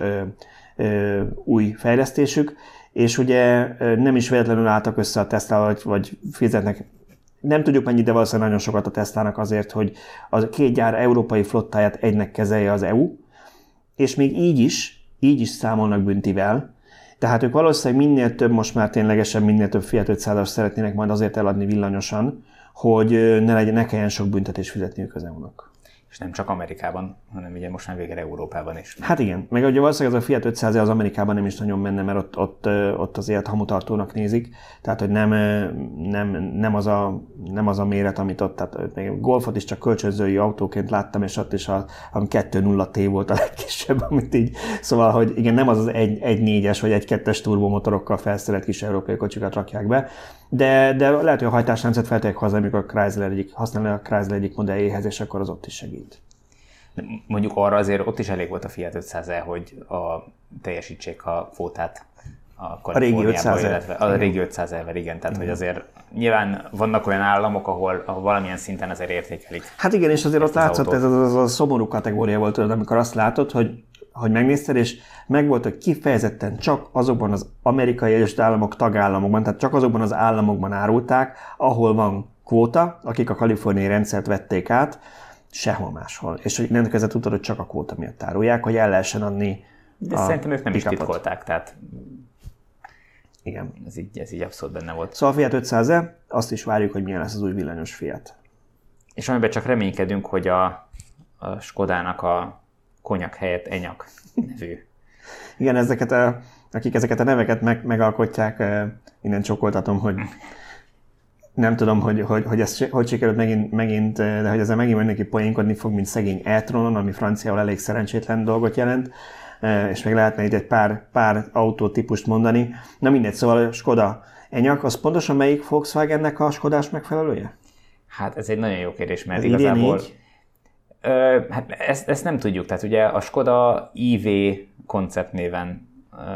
új fejlesztésük, és ugye nem is véletlenül álltak össze a Tesla, vagy fizetnek, nem tudjuk mennyit, de valószínűleg nagyon sokat a Teslának azért, hogy a két gyár európai flottáját egynek kezelje az EU, és még így is számolnak büntivel, tehát ők valószínűleg minél több, most már ténylegesen minél több Fiat 500-as szeretnének majd azért eladni villanyosan, hogy ne kelljen sok büntetést fizetniük az EU-nak. És nem csak Amerikában, hanem ugye most már végre Európában is. Hát igen, meg ugye valószínűleg ez a Fiat 500 az Amerikában nem is nagyon menne, mert ott azért hamutartónak nézik, tehát hogy nem az a méret, amit ott, tehát még Golfot is csak kölcsönzői autóként láttam, és ott is a 2.0T volt a legkisebb, amit így, szóval, hogy igen, nem az 1.4-es vagy 1.2-es turbomotorokkal felszerelt kis európai kocsikat rakják be, de lehet, hogy a hajtásláncot feltegyek hozzá, amikor használja a Chrysler egyik modelljéhez, és akkor az ott is segít. Mondjuk arra azért ott is elég volt a Fiat 500-el, hogy teljesítsék a kvótát. a régi 500 illetve a régi 500 elver, igen. Tehát, hogy azért nyilván vannak olyan államok, ahol valamilyen szinten azért értékelik. Hát igen, és azért ott látszott, ez az a szomorú kategória volt, amikor azt látod, hogy megnézted, és megvolt, hogy kifejezetten csak azokban az Amerikai Egyesült Államok tagállamokban, tehát csak azokban az államokban árulták, ahol van kvóta, akik a kaliforniai rendszert vették át, sehol máshol. És hogy nem kezdett tudod, hogy csak a kvóta miatt árulják, hogy el lehessen adni. De szerintem ők nem is titkolták, tehát igen. Ez így abszolút benne volt. Szóval a Fiat 500-e, azt is várjuk, hogy milyen lesz az új villanyos Fiat. És amiben csak reménykedünk, hogy a Skodának a konyak helyett enyak nevű. Igen, akik ezeket a neveket megalkotják, innen csokoltatom, hogy nem tudom, hogy ez hogy sikerült megint, de hogy ezzel megint mindenki poénkodni fog, mint szegény e-tronon, ami franciául elég szerencsétlen dolgot jelent, és még lehetne itt egy pár autótípust mondani. Na mindegy, szóval a Skoda Enyaq, az pontosan melyik Volkswagennek a Skodás megfelelője? Hát ez egy nagyon jó kérdés, mert az igazából hát ezt nem tudjuk. Tehát ugye a Skoda IV konceptnéven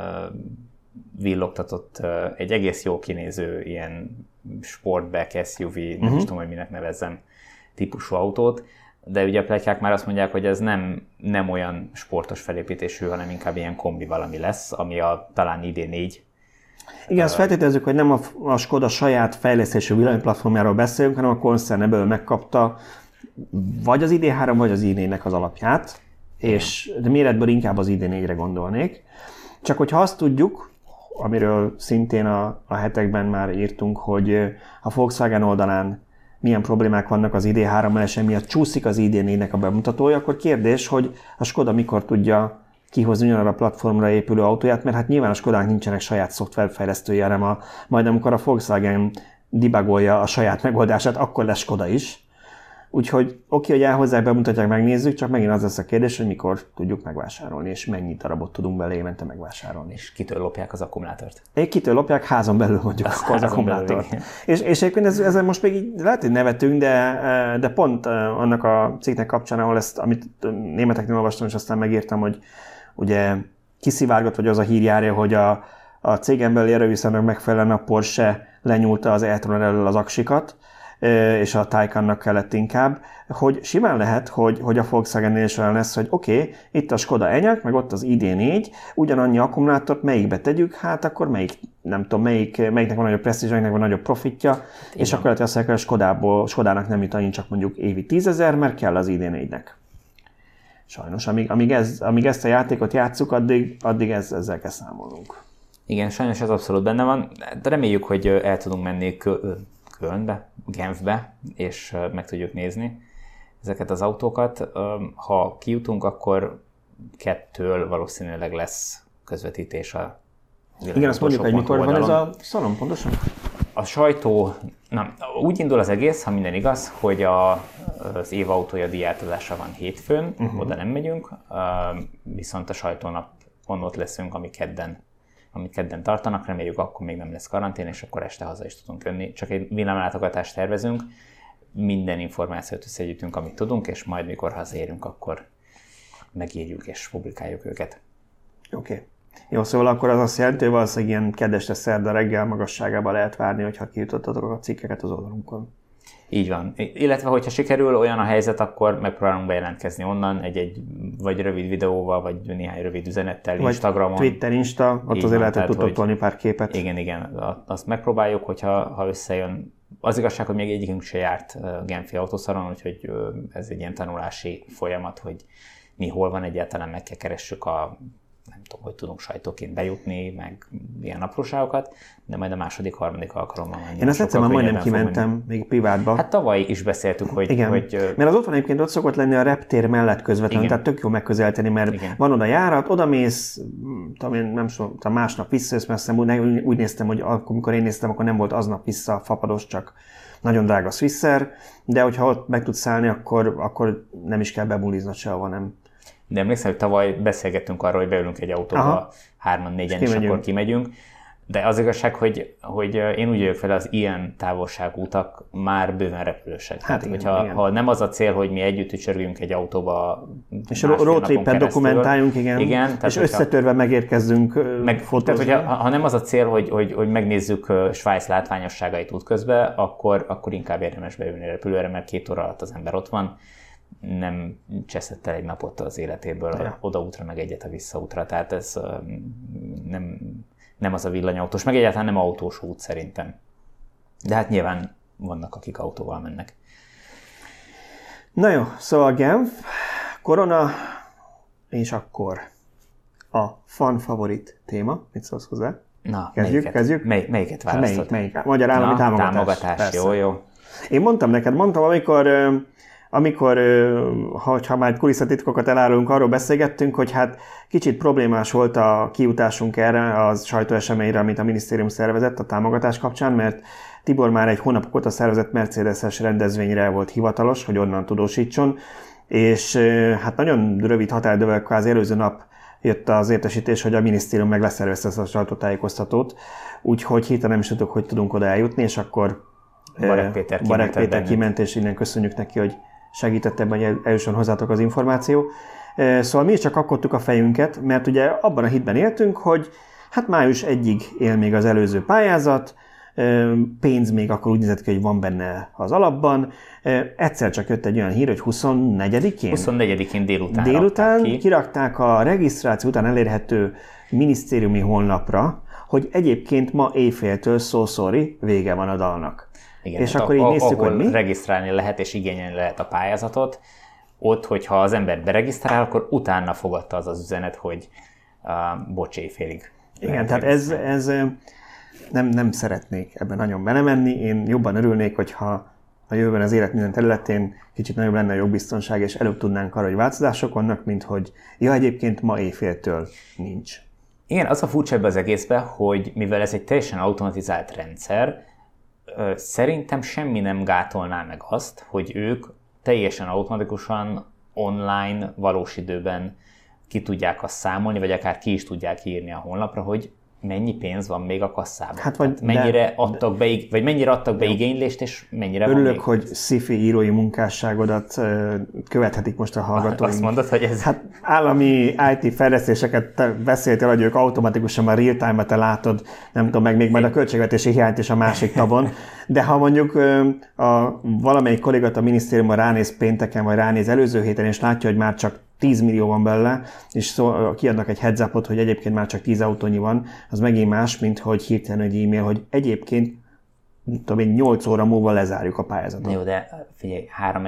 villogtatott egy egész jó kinéző ilyen sportback SUV, nem is tudom, hogy minek nevezzem, típusú autót, de ugye a pletykák már azt mondják, hogy ez nem olyan sportos felépítésű, hanem inkább ilyen kombi valami lesz, ami talán ID4. Igen, azt feltételezzük, hogy nem a Skoda saját fejlesztésű villanyplatformjáról beszélünk, hanem a koncern ebből megkapta vagy az ID3, vagy az ID4-nek az alapját, de méretből inkább az ID4-re gondolnék. Csak hogyha azt tudjuk, amiről szintén a hetekben már írtunk, hogy a Volkswagen oldalán milyen problémák vannak az ID3-mel, és emiatt csúszik az ID4-nek a bemutatója, akkor kérdés, hogy a Skoda mikor tudja kihozni ugyanarra a platformra épülő autóját, mert hát nyilván a Skodának nincsenek saját szoftverfejlesztője, hanem majd amikor a Volkswagen debugolja a saját megoldását, akkor lesz Skoda is. Úgyhogy oké, hogy elhozzák, bemutatják, megnézzük, csak megint az lesz a kérdés, hogy mikor tudjuk megvásárolni, és mennyi darabot tudunk belé évente megvásárolni. És kitől lopják az akkumulátort? Kitől lopják, házon belül mondjuk az akkumulátort. És egyébként ezen most még így lehet, hogy nevetünk, de pont annak a cikknek kapcsán, ahol amit németeknél olvastam, és aztán megírtam, hogy ugye kiszivárgott, vagy az a hír járja, hogy a cégen belüli erőviszonynak megfelelően a Porsche lenyúlta az e-tron elől az aksikat, és a Taycannak kellett inkább, hogy simán lehet, hogy a Volkswagen-nél is olyan lesz, hogy oké, itt a Skoda Enyaq, meg ott az ID4, ugyanannyi akkumulátort melyikbe tegyük, hát akkor nem tudom, melyiknek van nagyobb presztízs, melyiknek van nagyobb profitja, és akkor lehet azt mondani, hogy a Skodának nem jut annyi, csak mondjuk évi 10 000, mert kell az ID4-nek. Sajnos, amíg ezt a játékot játsszuk, addig ezzel kell számolnunk. Igen, sajnos ez abszolút benne van, de reméljük, hogy el tudunk menni Kölnbe, Genfbe, és meg tudjuk nézni ezeket az autókat. Ha kijutunk, akkor 2-től valószínűleg lesz közvetítés a igen, azt mondjuk, hogy mikor van ez a szalon pontosan? A sajtó, úgy indul az egész, ha minden igaz, hogy az év autója díjátadása van hétfőn, oda nem megyünk, viszont a sajtónap ott leszünk, amit kedden tartanak, reméljük akkor még nem lesz karantén, és akkor este haza is tudunk jönni. Csak egy villámlátogatást tervezünk, minden információt összegyűjtünk, amit tudunk, és majd mikor hazaérünk, akkor megírjuk és publikáljuk őket. Oké. Jó, szóval akkor az azt jelenti, hogy valószínűleg ilyen kedvesre szerda reggel magasságában lehet várni, hogyha kijutottatok a cikkeket az oldalunkon. Így van. Illetve, hogyha sikerül olyan a helyzet, akkor megpróbálunk bejelentkezni onnan egy vagy rövid videóval, vagy néhány rövid üzenettel, vagy Instagramon. Twitter, Insta, ott azért lehet, hogy tudtok tolni pár képet. Igen, azt megpróbáljuk, hogyha összejön. Az igazság, hogy még egyikünk se járt Genfi autószalon, úgyhogy ez egy ilyen tanulási folyamat, hogy mi hol van egyáltalán, meg kell keressük nem tudom, hogy tudunk sajtóként bejutni, meg ilyen apróságokat, de majd a második, harmadik alkalommal én azt egyszer már majdnem kimentem, még privátba. Hát tavaly is beszéltük, hogy... Igen, mert az ott van egyébként, ott szokott lenni a reptér mellett közvetlenül, tehát tök jó megközelíteni, mert van oda járat, odamész, nem tudom, másnap visszajössz, mert úgy néztem, hogy amikor én néztem, akkor nem volt aznap vissza fapados, csak nagyon drága Swissair, de hogyha ott meg tudsz szállni, akkor nem is kell bebuliznod sehova, nem. De emlékszem, hogy tavaly beszélgettünk arról, hogy beülünk egy autóba 3-4-en, és akkor kimegyünk. De az igazság, hogy én úgy vagyok fel, az ilyen távolságú utak már bőven repülősek. Hát ha nem az a cél, hogy mi együtt ücsörgünk egy autóba, és roadtripet dokumentáljunk, igen, és összetörve megérkezzünk fotózni. Tehát, ha nem az a cél, hogy megnézzük Svájc látványosságait útközben, akkor inkább érdemes beülni repülőre, mert 2 óra alatt az ember ott van, nem cseszett el egy napot az életéből odaútra, meg egyet a visszaútra. Tehát ez nem az a villanyautós, meg egyáltalán nem autós út szerintem. De hát nyilván vannak, akik autóval mennek. Na jó, szóval Genf, korona, és akkor a fan favorit téma. Mit szólsz hozzá? Na, kezdjük? Melyiket választod? Melyik? Magyar állami támogatás. Jó. Én mondtam, amikor ha már kulisszatitkokat elárulunk, arról beszélgettünk, hogy hát kicsit problémás volt a kijutásunk erre a sajtóeseményre, amit a minisztérium szervezett a támogatás kapcsán, mert Tibor már egy hónapok óta szervezett Mercedes-es rendezvényre volt hivatalos, hogy onnan tudósítson, és hát nagyon rövid határidővel kvázi előző nap jött az értesítés, hogy a minisztérium meg leszervezte ezt a sajtótájékoztatót, úgyhogy hirtelen nem is tudok, hogy tudunk oda eljutni, és akkor Barek Péter kiment, és innen köszönjük neki, hogy segített ebben, hogy eljusson hozzátok az információ. Szóval mi is csak akkodtuk a fejünket, mert ugye abban a hitben éltünk, hogy hát május 1-ig él még az előző pályázat, pénz még akkor úgy nézett ki, hogy van benne az alapban. Egyszer csak jött egy olyan hír, hogy 24-én? 24-én délután kirakták a regisztráció után elérhető minisztériumi honlapra, hogy egyébként ma éjféltől vége van a dalnak. Igen, és akkor így néztük, hogy mi? Regisztrálni lehet és igényelni lehet a pályázatot. Ott, hogyha az ember beregisztrál, akkor utána fogadta az üzenet, hogy bocs, éjfélig. Igen, tehát ez nem szeretnék ebben nagyon belemenni. Én jobban örülnék, hogyha a jövőben az élet minden területén kicsit nagyobb lenne a jogbiztonság, és előbb tudnánk arra, hogy változások vannak, mint hogy egyébként ma éjféltől nincs. Igen, az a furcsa ebben az egészben, hogy mivel ez egy teljesen automatizált rendszer, szerintem semmi nem gátolná meg azt, hogy ők teljesen automatikusan online, valós időben ki tudják azt számolni, vagy akár ki is tudják írni a honlapra, hogy mennyi pénz van még a kasszában. Hát mennyire adtak be igénylést, és mennyire örülök, van még. hogy sci-fi írói munkásságodat követhetik most a hallgatóink. Azt mondod, hogy ez... Hát állami IT fejlesztéseket beszéltél, hogy ők automatikusan a real-time-ba te látod, nem tudom, meg még majd a költségvetési hiányt is a másik tabon. De ha mondjuk valamelyik kollégát a minisztériumban ránéz pénteken, vagy ránéz előző héten, és látja, hogy már csak 10 millió van belőle, és kiadnak egy heads upot, hogy egyébként már csak 10 autónyi van, az megint más, mint hogy hirtelen egy e-mail, hogy egyébként 8 óra múlva lezárjuk a pályázatot. Jó, de figyelj,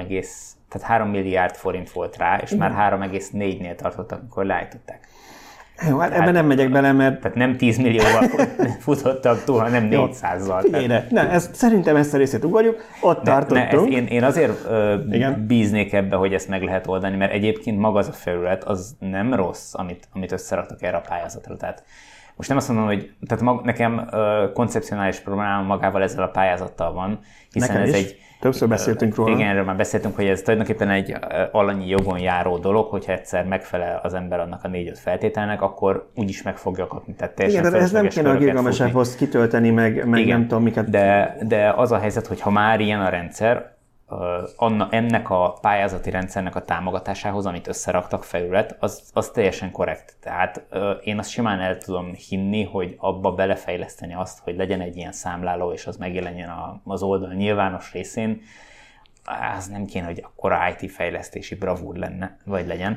3 milliárd forint volt rá, és már 3,4-nél tartottak, amikor leállították. Jó, hát ebben nem megyek bele, mert... Tehát nem 10 millióval futottak túl, hanem 400-zal. Szerintem ezt a részét ugorjuk, ott tartottunk. Én azért bíznék ebbe, hogy ezt meg lehet oldani, mert egyébként maga az a felület, az nem rossz, amit összeraktak erre a pályázatra. Tehát most nem azt mondom, hogy nekem koncepcionális problémám magával ezzel a pályázattal van, hiszen nekem ez is. Többször beszéltünk róla. Igen, erről már beszéltünk, hogy ez tulajdonképpen egy alanyi jogon járó dolog, hogyha egyszer megfelel az ember annak a 4-5 feltételnek, akkor úgyis meg fogja kapni. Tehát igen, de ez nem kéne a Gilgamesh Eposzt kitölteni, meg igen, nem tudom miket. De az a helyzet, hogy ha már ilyen a rendszer, ennek a pályázati rendszernek a támogatásához, amit összeraktak felület, az teljesen korrekt. Tehát én azt simán el tudom hinni, hogy abba belefejleszteni azt, hogy legyen egy ilyen számláló, és az megjelenjen az oldal nyilvános részén, az nem kéne, hogy akkora IT fejlesztési bravúr lenne, vagy legyen.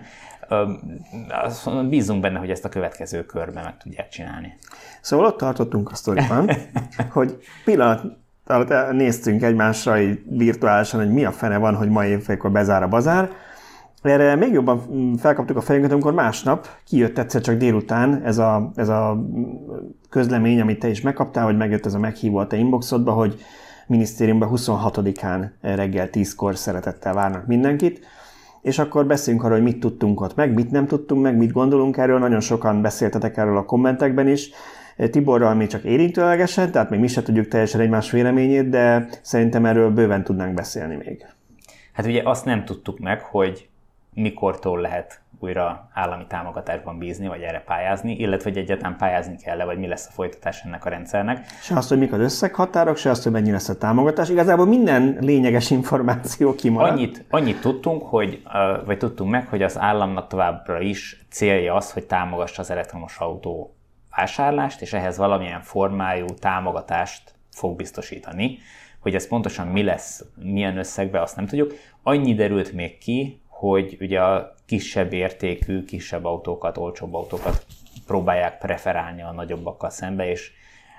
Bízunk benne, hogy ezt a következő körben meg tudják csinálni. Szóval ott tartottunk a sztoriban, hogy pillanat néztünk egymásra így virtuálisan, hogy mi a fene van, hogy ma évfélkor bezár a bazár. Erre még jobban felkaptuk a fejünket, amikor másnap kijött egyszer csak délután ez a közlemény, amit te is megkaptál, hogy megjött ez a meghívó a te inboxodba, hogy minisztériumban 26-án reggel 10-kor szeretettel várnak mindenkit, és akkor beszéljünk arról, hogy mit tudtunk ott meg, mit nem tudtunk meg, mit gondolunk erről, nagyon sokan beszéltetek erről a kommentekben is. Tiborral még csak érintőlegesen, tehát még mi se tudjuk teljesen egymás véleményét, de szerintem erről bőven tudnánk beszélni még. Hát ugye azt nem tudtuk meg, hogy mikortól lehet újra állami támogatásban bízni, vagy erre pályázni, illetve hogy egyáltalán pályázni kell-e, vagy mi lesz a folytatás ennek a rendszernek. Se azt, hogy mik az összeghatárok, se azt, hogy mennyi lesz a támogatás. Igazából minden lényeges információ kimarad. Annyit tudtunk, vagy tudtunk meg, hogy az államnak továbbra is célja az, hogy támogassa az elektromos autó vásárlást, és ehhez valamilyen formájú támogatást fog biztosítani. Hogy ez pontosan mi lesz, milyen összegben, azt nem tudjuk. Annyi derült még ki, hogy ugye a kisebb értékű, kisebb autókat, olcsóbb autókat próbálják preferálni a nagyobbakkal szembe, és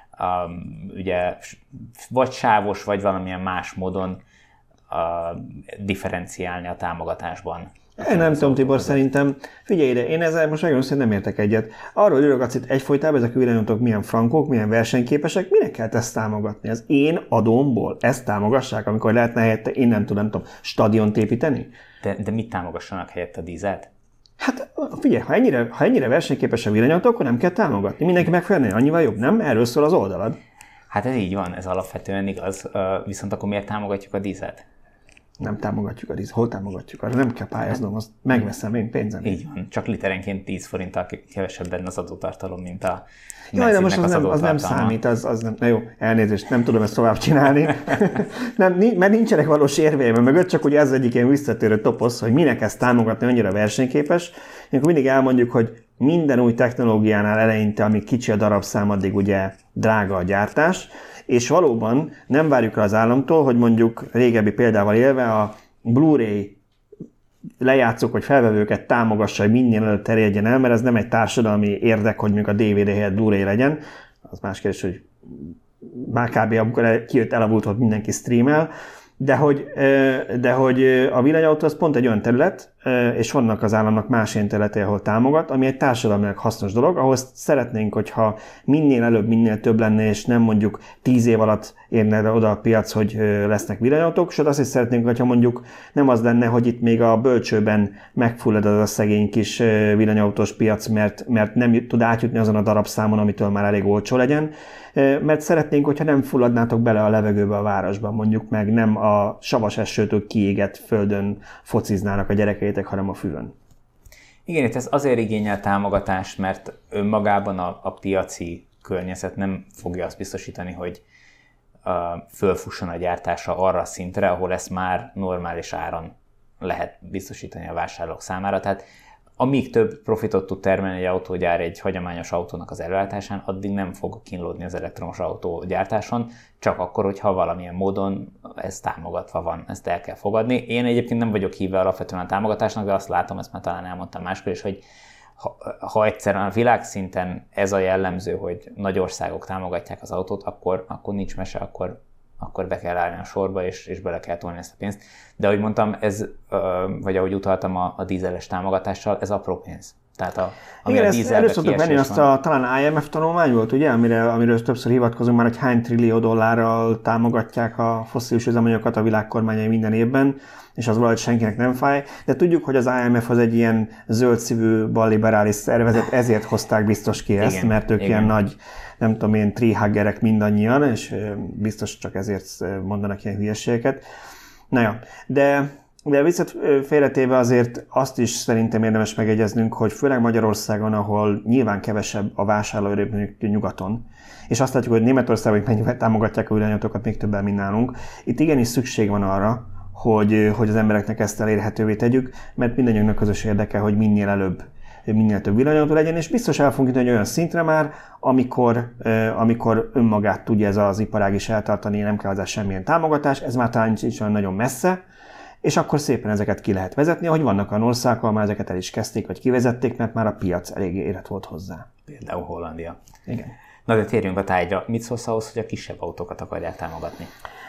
ugye vagy sávos, vagy valamilyen más módon differenciálni a támogatásban. Én nem tudom, Tibor, szerintem, figyelj ide, én ezzel most nagyon nem értek egyet. Arról írogatsz itt egyfolytában, ezek a villanyaautók milyen frankok, milyen versenyképesek, minek kell ezt támogatni? Az én adómból ezt támogassák, amikor lehetne helyette, én nem tudom, stadiont építeni? De mit támogassanak helyett a dízelt? Hát figyelj, ha ennyire versenyképes a villanyautó, akkor nem kell támogatni. Mindenki megfelelően annyival jobb, nem? Erről szól az oldalad. Hát ez így van, ez alapvetően igaz, viszont akkor miért támogatjuk a dízelt? Nem támogatjuk a dízt. Hol támogatjuk? Arra nem kell pályáznom, azt megveszem én pénzem. Így van, csak literenként 10 forinttal kevesebb benne az adótartalom, mint a jaj, de most az nem számít, az nem. Na jó, elnézést, nem tudom ezt tovább csinálni. Nem, mert nincsenek valós érveim mögött, csak ugye ez egyik ilyen visszatérő toposz, hogy minek ezt támogatni, annyira versenyképes. Akkor mindig elmondjuk, hogy minden új technológiánál eleinte, amíg kicsi a darabszám, addig ugye drága a gyártás, és valóban nem várjuk rá az államtól, hogy mondjuk régebbi példával élve a Blu-ray lejátszók vagy felvevőket támogassa, hogy minél előbb terjedjen el, mert ez nem egy társadalmi érdek, hogy mondjuk a DVD helyett Blu-ray legyen. Az más kérdés, hogy már kb. Amikor kijött, elavult, hogy mindenki streamel, de hogy a villanyautó az pont egy olyan terület, és vannak az államnak más ilyen területei, ahol támogat, ami egy társadalmilag hasznos dolog, ahhoz szeretnénk, hogyha minél előbb, minél több lenne, és nem mondjuk 10 év alatt érne oda a piac, hogy lesznek villanyautók, sőt azt is szeretnénk, hogyha mondjuk nem az lenne, hogy itt még a bölcsőben megfullad az a szegény kis villanyautós piac, mert nem tud átjutni azon a darabszámon, amitől már elég olcsó legyen, mert szeretnénk, hogyha nem fulladnátok bele a levegőbe a városban, mondjuk meg nem a savas esőtől kiégett földön fociznának a gyerekeitek, hanem a füvön. Igen, itt ez azért igényel támogatást, mert önmagában a piaci környezet nem fogja azt biztosítani, hogy fölfusson a gyártása arra a szintre, ahol ezt már normális áron lehet biztosítani a vásárlók számára. Tehát amíg több profitot tud termelni egy autógyár egy hagyományos autónak az előállításán, addig nem fog kínlódni az elektromos autógyártáson, csak akkor, hogyha valamilyen módon ez támogatva van, ezt el kell fogadni. Én egyébként nem vagyok híve alapvetően a támogatásnak, de azt látom, ezt már talán elmondtam máskor is, hogy ha egyszerűen a világszinten ez a jellemző, hogy nagy országok támogatják az autót, akkor nincs mese, akkor be kell állni a sorba, és bele kell tolni ezt a pénzt. De ahogy mondtam, ez, vagy ahogy utaltam a dízeles támogatással, ez apró pénz. Tehát igen, ezt először szoktuk venni, azt talán IMF tanulmány volt, ugye, amiről többször hivatkozunk már, hogy hány trillió dollárral támogatják a fosszilis üzemanyagokat a világkormányai minden évben, és az valahogy senkinek nem fáj. De tudjuk, hogy az IMF az egy ilyen zöldszívű balliberális szervezet, ezért hozták biztos ki ezt, igen, mert ők igen. Ilyen nagy, nem tudom én, treehuggerek mindannyian, és biztos csak ezért mondanak ilyen hülyeségeket. Na ja, de viszont félretéve azért azt is szerintem érdemes megegyeznünk, hogy főleg Magyarországon, ahol nyilván kevesebb a vásárlóerő, mondjuk nyugaton, és azt látjuk, hogy Németországban mennyivel támogatják a villanyautókat, még többen, mint nálunk. Itt igenis szükség van arra, hogy az embereknek ezt elérhetővé tegyük, mert mindannyiunknak közös érdeke, hogy minél több villanyautó legyen, és biztos el fogunk jutni egy olyan szintre már, amikor önmagát tudja ez az iparág is eltartani, nem kell hozzá semmilyen támogatás, ez már talán nincs olyan nagyon messze, és akkor szépen ezeket ki lehet vezetni, ahogy vannak olyan országok, ahol már ezeket el is kezdték, vagy kivezették, mert már a piac eléggé érett volt hozzá. Például Hollandia. Igen. Na de térjünk a tárgyra. Mit szólsz ahhoz, hogy a kisebb autókat akarják támogatni?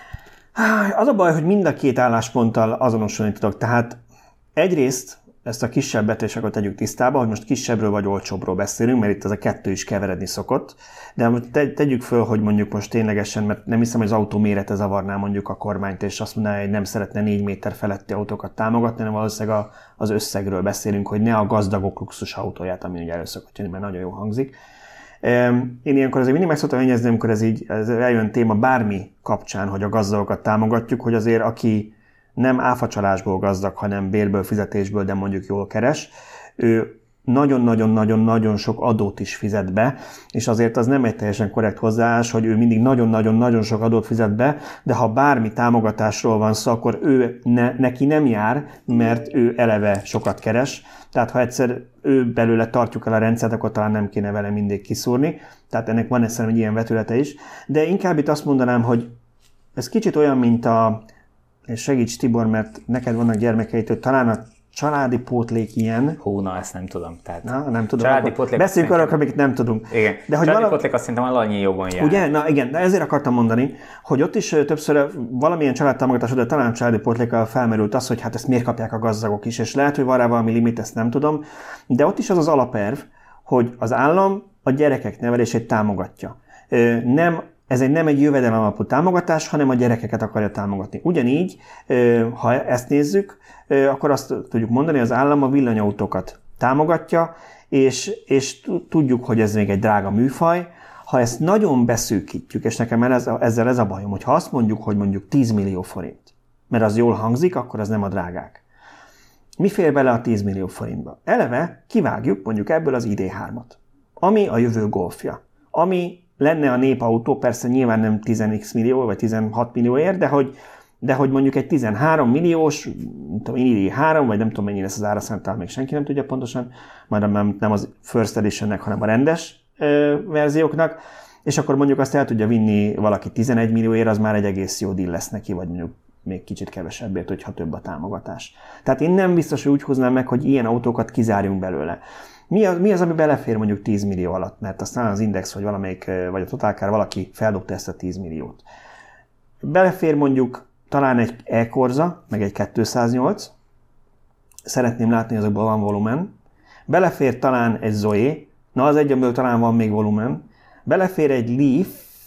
Az a baj, hogy mind a két állásponttal azonosulni tudok. Tehát egyrészt ezt a kisebbet és akkor tegyük tisztába, hogy most kisebbről vagy olcsóbbról beszélünk, mert itt ez a kettő is keveredni szokott. De tegyük föl, hogy mondjuk most ténylegesen, mert nem hiszem, hogy az autó mérete zavarná mondjuk a kormányt, és azt mondaná, hogy nem szeretne 4 méter feletti autókat támogatni, hanem valószínűleg az összegről beszélünk, hogy ne a gazdagok luxus autóját, ami ugye először jönni, mert nagyon jól hangzik. Én ilyenkor azért mindig meg szoktam jegyezni, amikor ez eljön téma bármi kapcsán, hogy a gazdagokat támogatjuk, hogy azért aki nem áfacsalásból gazdag, hanem bérből, fizetésből, de mondjuk jól keres, ő nagyon-nagyon-nagyon-nagyon sok adót is fizet be, és azért az nem egy teljesen korrekt hozzáállás, hogy ő mindig nagyon-nagyon-nagyon sok adót fizet be, de ha bármi támogatásról van szó, akkor neki nem jár, mert ő eleve sokat keres. Tehát ha egyszer ő belőle tartjuk el a rendszert, akkor talán nem kéne vele mindig kiszúrni. Tehát ennek van egy ilyen vetülete is. De inkább itt azt mondanám, hogy ez kicsit olyan, mint és segíts Tibor, mert neked vannak gyermekeid, hogy talán a családi pótlék ilyen. Hú, na, ezt nem tudom. Tehát nem tudom. Családi pótlék. Beszéljünk arra, amiket nem tudunk. Igen. De hogy családi pótlék azt szerintem annyi jobban jár. Ugye? Na igen, de ezért akartam mondani, hogy ott is többször valamilyen családtámogatás, de talán családi pótlékkal felmerült az, hogy hát ezt miért kapják a gazdagok is, és lehet, hogy van rá valami limit, ezt nem tudom. De ott is az alapelv, hogy az állam a gyerekek nevelését támogatja. Ez nem egy jövedelem alapú támogatás, hanem a gyerekeket akarja támogatni. Ugyanígy, ha ezt nézzük, akkor azt tudjuk mondani, az állam a villanyautókat támogatja, és tudjuk, hogy ez még egy drága műfaj. Ha ezt nagyon beszűkítjük, és nekem ezzel ez a bajom, hogy ha azt mondjuk, hogy mondjuk 10 millió forint, mert az jól hangzik, akkor az nem a drágák. Mi fér bele a 10 millió forintba? Eleve kivágjuk mondjuk ebből az ID3-at, ami a jövő golfja, ami lenne a népautó, persze nyilván nem 10x millió, vagy 16 millióért, de hogy mondjuk egy 13 milliós, nem tudom, ID3, vagy nem tudom mennyi lesz az ára, szerintem még senki nem tudja pontosan, majd nem az First Editionnek, hanem a rendes verzióknak, és akkor mondjuk azt el tudja vinni valaki 11 millióért, az már egy egész jó deal lesz neki, vagy mondjuk még kicsit kevesebbért, hogyha több a támogatás. Tehát én nem biztos, hogy úgy húznám meg, hogy ilyen autókat kizárjunk belőle. Mi az, ami belefér mondjuk 10 millió alatt? Mert aztán az Index, vagy valamelyik, vagy a Totalcar valaki feldobta ezt a 10 milliót. Belefér mondjuk talán egy E-Corsa, meg egy 208. Szeretném látni, hogy azokban van volumen. Belefér talán egy Zoe. Na, az egyenből talán van még volumen. Belefér egy Leaf.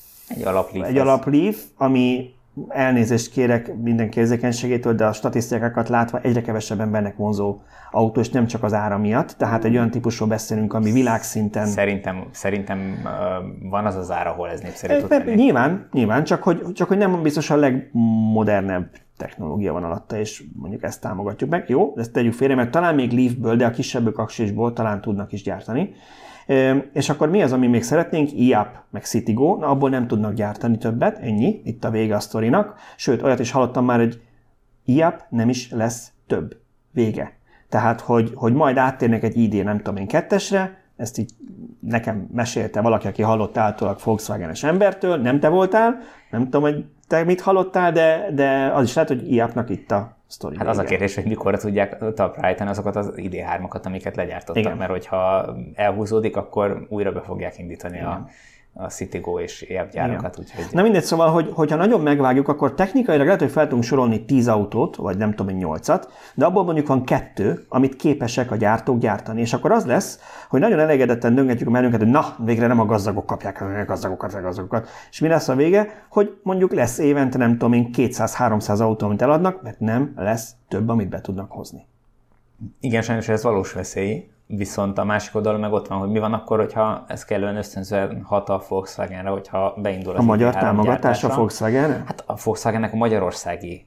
Egy alap Leaf, ami elnézést kérek minden érzékenységétől, de a statisztikákat látva egyre kevesebb embernek vonzó autó, és nem csak az ára miatt. Tehát egy olyan típusról beszélünk, ami világszinten... Szerintem van az az ára, ahol ez népszerű tud lenni. Nyilván, csak hogy nem biztos a legmodernebb technológia van alatta, és mondjuk ezt támogatjuk meg. Jó, ezt tegyük félre, mert talán még Leafből, de a kisebbök aksisból talán tudnak is gyártani. És akkor mi az, ami még szeretnénk? iApp, meg Citigo, na abból nem tudnak gyártani többet, ennyi, itt a vége a sztorinak. Sőt, olyat is hallottam már, hogy iApp nem is lesz több. Vége. Tehát, hogy majd áttérnek egy ID, nem tudom én, 2-esre, ezt így nekem mesélte valaki, aki hallott általában Volkswagen-es embertől, nem te voltál, nem tudom, hogy te mit hallottál, de az is lehet, hogy iApp-nak itt a sztori. Hát az a kérdés, hogy mikorra tudják talpra állítani azokat az ID3-akat, amiket legyártottak, igen. Mert hogyha elhúzódik, akkor újra be fogják indítani a Citigo és iApp gyárokat. Úgyhogy... Na mindegy, szóval, hogyha nagyon megvágjuk, akkor technikailag lehet, hogy fel tudunk sorolni 10 autót, vagy nem tudom, 8-at, de abból mondjuk van 2, amit képesek a gyártók gyártani. És akkor az lesz, hogy nagyon elégedetten döngetjük a menünket, hogy na, végre nem a gazdagok kapják a gazdagokat. És mi lesz a vége? Hogy mondjuk lesz évente, nem tudom én, 200-300 autó, amit eladnak, mert nem lesz több, amit be tudnak hozni. Igen, sajnos ez valós veszély. Viszont a másik oldalon meg ott van, hogy mi van akkor, hogyha ez kellően ösztönzően hat a Volkswagenre, hogyha beindul az a magyar támogatás a Volkswagenre? Hát a Volkswagennek a magyarországi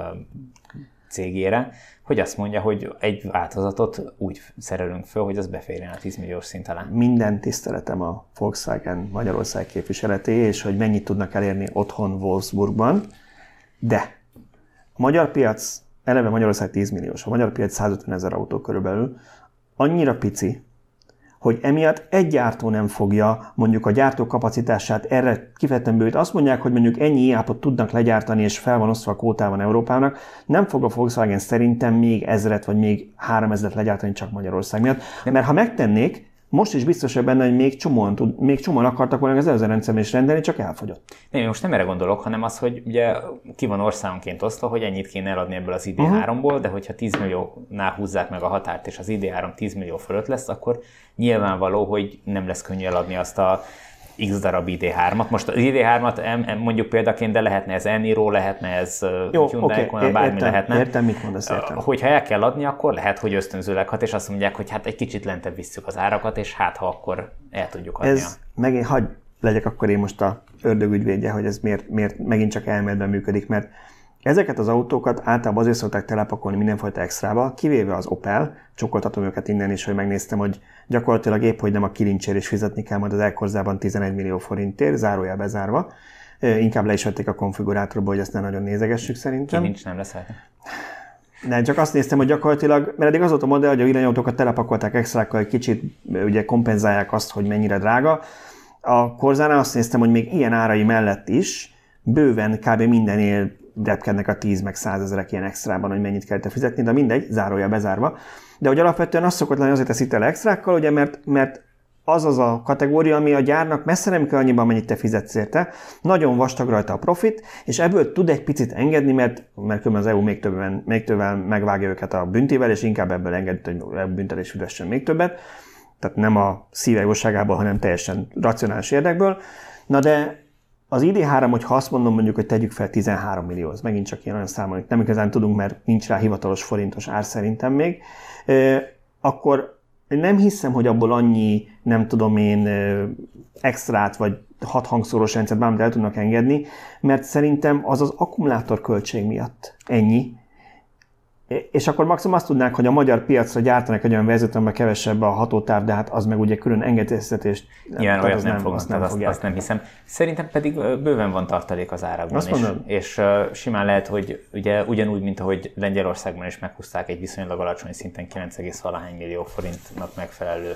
cégére, hogy azt mondja, hogy egy változatot úgy szerelünk föl, hogy az beférjen a 10 milliós szint alá. Minden tiszteletem a Volkswagen Magyarország képviseleté, és hogy mennyit tudnak elérni otthon Wolfsburgban, de a magyar piac, eleve Magyarország 10 milliós, a magyar piac 150 000 autó körülbelül, annyira pici, hogy emiatt egy gyártó nem fogja mondjuk a gyártó kapacitását erre kifejezetten bővíteni. Azt mondják, hogy mondjuk ennyi iAppot tudnak legyártani, és fel van osztva a kvótában Európának. Nem fog a Volkswagen szerintem még 1000 vagy még 3000 legyártani csak Magyarország miatt. Mert ha megtennék, most is biztos benne, hogy még csomóan akartak volna az előző rendszerben is rendelni, csak elfogyott. Nem, most nem erre gondolok, hanem az, hogy ugye ki van országonként osztva, hogy ennyit kéne eladni ebből az ID3-ból, de hogyha 10 milliónál húzzák meg a határt, és az ID3 10 millió fölött lesz, akkor nyilvánvaló, hogy nem lesz könnyű eladni azt a X darab ID3-at. Most az ID3-at mondjuk példaként, de lehetne ez Eniro, lehetne ez Hyundai, bármi lehetne. Értem, mit mondasz, értem. Hogyha el kell adni, akkor lehet, hogy ösztönzőleg hat, és azt mondják, hogy hát egy kicsit lentebb visszük az árakat, és hát ha akkor el tudjuk adni. Ez megint, hagyj legyek akkor én most a ördögügyvédje, hogy ez miért megint csak elméletben működik, mert Ezeket az autókat általában azért szokták telepakolni mindenfajta extrába, kivéve az Opel, csokoltatom őket innen is, hogy megnéztem, hogy gyakorlatilag épp, hogy nem a kilincsért is fizetni kell majd az Elkorzában 11 millió forintért, zárójel bezárva. Inkább le is vették a konfigurátorba, hogy ezt ne nagyon nézegessük szerintem. Kilincs nem lesz. De csak azt néztem, hogy gyakorlatilag, mert eddig az volt a modell, hogy a villanyautókat telepakolták extrákkal, egy kicsit ugye kompenzálják azt, hogy mennyire drága. A Corzánál azt néztem, hogy még ilyen árai mellett is bőven kb. Mindenél repkednek a 10 meg 100 ezerek ilyen extrában, hogy mennyit kell fizetni, de mindegy, zárója bezárva. De hogy alapvetően azt szokott lenni, azért teszik tele extrákkal, ugye, mert az a kategória, ami a gyárnak messze nem kell annyiban, mennyit te fizetsz érte, nagyon vastag rajta a profit, és ebből tud egy picit engedni, mert különben az EU még többen megvágja őket a büntével, és inkább ebből engedi, hogy a büntetés fizessen még többet. Tehát nem a szíve jóságából, hanem teljesen racionális érdekből. Na de az ID3, hogyha azt mondom mondjuk, hogy tegyük fel 13 millió, az megint csak ilyen olyan szám, amit nem igazán tudunk, mert nincs rá hivatalos forintos ár szerintem még, akkor nem hiszem, hogy abból annyi, nem tudom én, extrát vagy 6 hangszoros rendszert bármit el tudnak engedni, mert szerintem az az akkumulátor költség miatt ennyi. És akkor maximum azt tudnánk, hogy a magyar piacra gyártanak egy olyan verziót, amiben kevesebb a hatótáv, de hát az meg ugye külön engedélyeztetést. Igen, olyat nem fognak, azt nem hiszem. Szerintem pedig bőven van tartalék az árakban is. És simán lehet, hogy ugye ugyanúgy, mint ahogy Lengyelországban is meghúzták egy viszonylag alacsony szinten 9,valahány millió forintnak megfelelő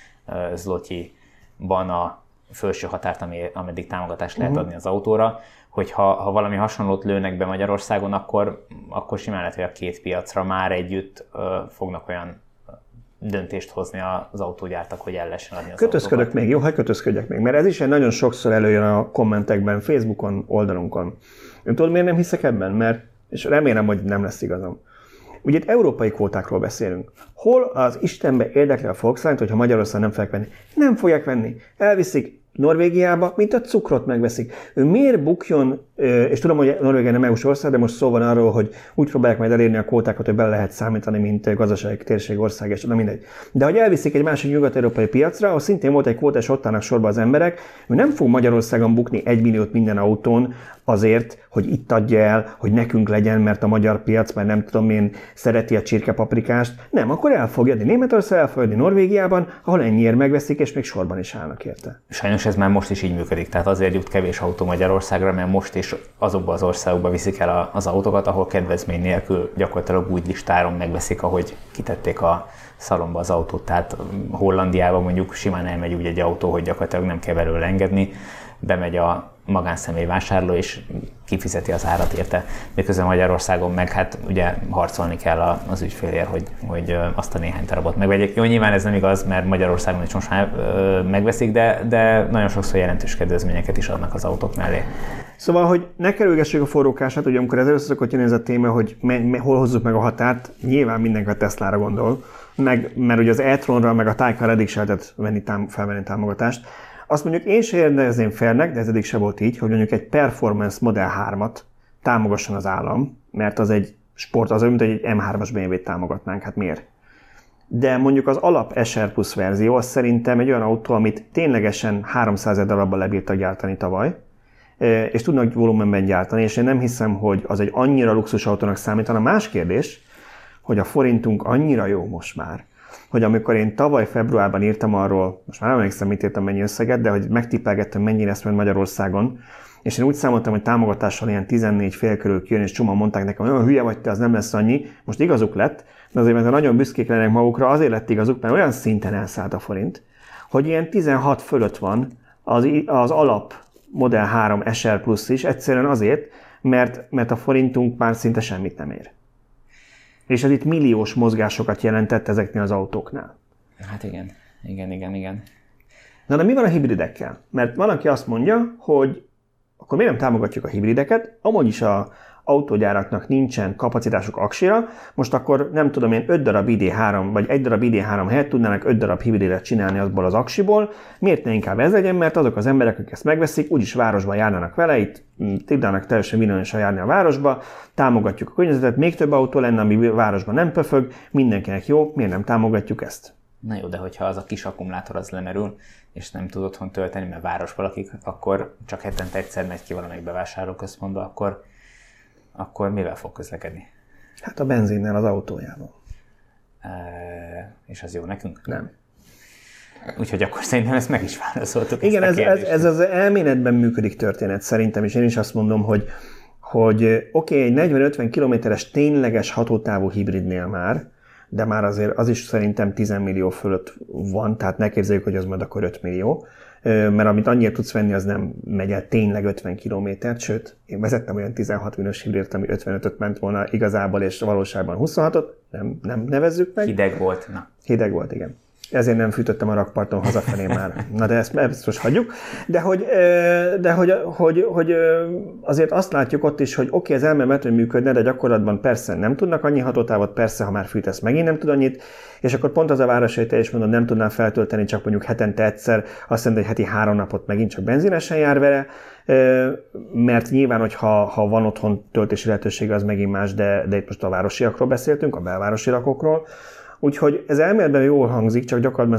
zlotyiban a felső határt, ameddig támogatást lehet adni az autóra, hogy ha valami hasonlót lőnek be Magyarországon, akkor simán lehet, hogy a két piacra már együtt fognak olyan döntést hozni az autógyártak, hogy el lehessen adni az kötözködök autókat. még, jó, hogy kötözködjek még, mert ez is egy nagyon sokszor előjön a kommentekben, Facebookon, oldalunkon. Én tudod, miért nem hiszek ebben? És remélem, hogy nem lesz igazam. Ugye itt európai kvótákról beszélünk. Hol az Istenbe érdekli a Volkswagen, hogyha Magyarországon nem fogják venni? Nem fogják venni. Elviszik Norvégiába, mint a cukrot megveszik. Ő miért bukjon, és tudom, hogy Norvégia nem EU-s ország, de most szó van arról, hogy úgy próbálják majd elérni a kvótákat, hogy bele lehet számítani, mint gazdasági térség ország, és nem mindegy. De hogy elviszik egy másik nyugat-európai piacra, ahol szintén volt egy kvóta, és ott állnak sorba az emberek, ő nem fog Magyarországon bukni 1 milliót minden autón azért, hogy itt adja el, hogy nekünk legyen, mert a magyar piac, mert nem tudom én, szereti a csirkepaprikást. Nem, akkor el fog jönni Németország, el fog jönni Norvégiában, ahol ennyiért megveszik, és még sorban is állnak érte. Sajnos ez már most is így működik, tehát azért jut kevés autó Magyarországra, mert most is azokba az országokba viszik el az autókat, ahol kedvezmény nélkül gyakorlatilag úgy listáron megveszik, ahogy kitették a szalomba az autót. Tehát Hollandiában mondjuk simán elmegy úgy egy autó, hogy gyakorlatilag nem kell belőle engedni, bemegy a magánszemély vásárló, és kifizeti az árat érte. Miközben Magyarországon meg hát ugye harcolni kell az ügyfélért, hogy azt a néhány darabot megvegyék. Jó, nyilván ez nem igaz, mert Magyarországon is most már megveszik, de nagyon sokszor jelentős kedvezményeket is adnak az autók mellé. Szóval, hogy ne kerülgessük a forrókását, ugye amikor ez először szokott jönni ez a téma, hogy hol hozzuk meg a határt, nyilván mindenki a Teslára gondol, mert ugye az e-tronra, meg a Taycanra eddig se lehetett felvenni támogatást. Azt mondjuk én se érdezném fairnek, de ez eddig se volt így, hogy mondjuk egy Performance Model 3-at támogasson az állam, mert az egy sport, az olyan, mint egy M3-as BMW-t támogatnánk, hát miért? De mondjuk az alap SR Plus verzió, az szerintem egy olyan autó, amit ténylegesen 300 000 darabban lebírtak gyártani tavaly, és tudnak volumenben gyártani, és én nem hiszem, hogy az egy annyira luxus autónak számítana. Más kérdés, hogy a forintunk annyira jó most már, hogy amikor én tavaly februárban írtam arról, most már nem emlékszem, mit írtam mennyi összeget, de hogy megtippelgettem, mennyire lesz majd Magyarországon, és én úgy számoltam, hogy támogatással ilyen 14 fél körül kijön, és csomóan mondták nekem, hogy olyan hülye vagy te, az nem lesz annyi. Most igazuk lett, de azért, mert nagyon büszkék lennek magukra, azért lett igazuk, mert olyan szinten elszállt a forint, hogy ilyen 16 fölött van az alap Model 3 SR Plus is, egyszerűen azért, mert a forintunk már szinte semmit nem ér. És ez itt milliós mozgásokat jelentett ezeknél az autóknál. Hát igen. Na de mi van a hibridekkel? Mert van, aki azt mondja, hogy akkor miért nem támogatjuk a hibrideket, amúgy is az autógyáraknak nincsen kapacitásuk aksira, most akkor nem tudom én 5 darab ID3 vagy 1 darab ID3 helyett tudnának 5 darab hibridet csinálni azból az aksiból, miért ne inkább ez legyen, mert azok az emberek, akik ezt megveszik, úgyis városban járnának vele, itt tudnának teljesen villanyosan járni a városba, támogatjuk a környezetet, még több autó lenne, ami városban nem pöfög, mindenkinek jó, miért nem támogatjuk ezt? Na jó, de hogyha az a kis akkumulátor az lemerül, és nem tud otthon tölteni, mert városban lakik, akkor csak hetente egyszer megy ki valamelyik bevásárlóközpontba, akkor akkor mivel fog közlekedni? Hát a benzinnel az autójával. És az jó nekünk? Nem. Úgyhogy akkor szerintem ezt meg is válaszoltuk. Igen, ez az elméletben működik történet szerintem, és én is azt mondom, hogy oké, egy 40-50 kilométeres tényleges hatótávú hibridnél már, de már azért az is szerintem 10 millió fölött van, tehát ne képzeljük, hogy az majd akkor 5 millió, mert amit annyira tudsz venni, az nem megy el tényleg 50 kilométert, sőt, én vezettem olyan 16 minős hibridet, ami 55-öt ment volna igazából, és valóságban 26-ot, nem nevezzük meg. Hideg volt, na. Hideg volt, igen. Ezért nem fűtöttem a rakparton hazafelé már. Na de ezt biztos hagyjuk. De hogy azért azt látjuk ott is, hogy oké, az elméletben működne, de gyakorlatban persze nem tudnak annyi hatótávot, persze, ha már fűtesz, megint nem tud annyit, és akkor pont az a város, hogy te is mondod, nem tudnám feltölteni csak mondjuk hetente egyszer, azt mondja, hogy heti 3 napot megint csak benzinesen jár vele, mert nyilván, hogy ha van otthon töltési lehetősége, az megint más, de itt most a városiakról beszéltünk, a belvárosi lakókról. Úgyhogy ez elméletben jól hangzik, csak gyakorlatban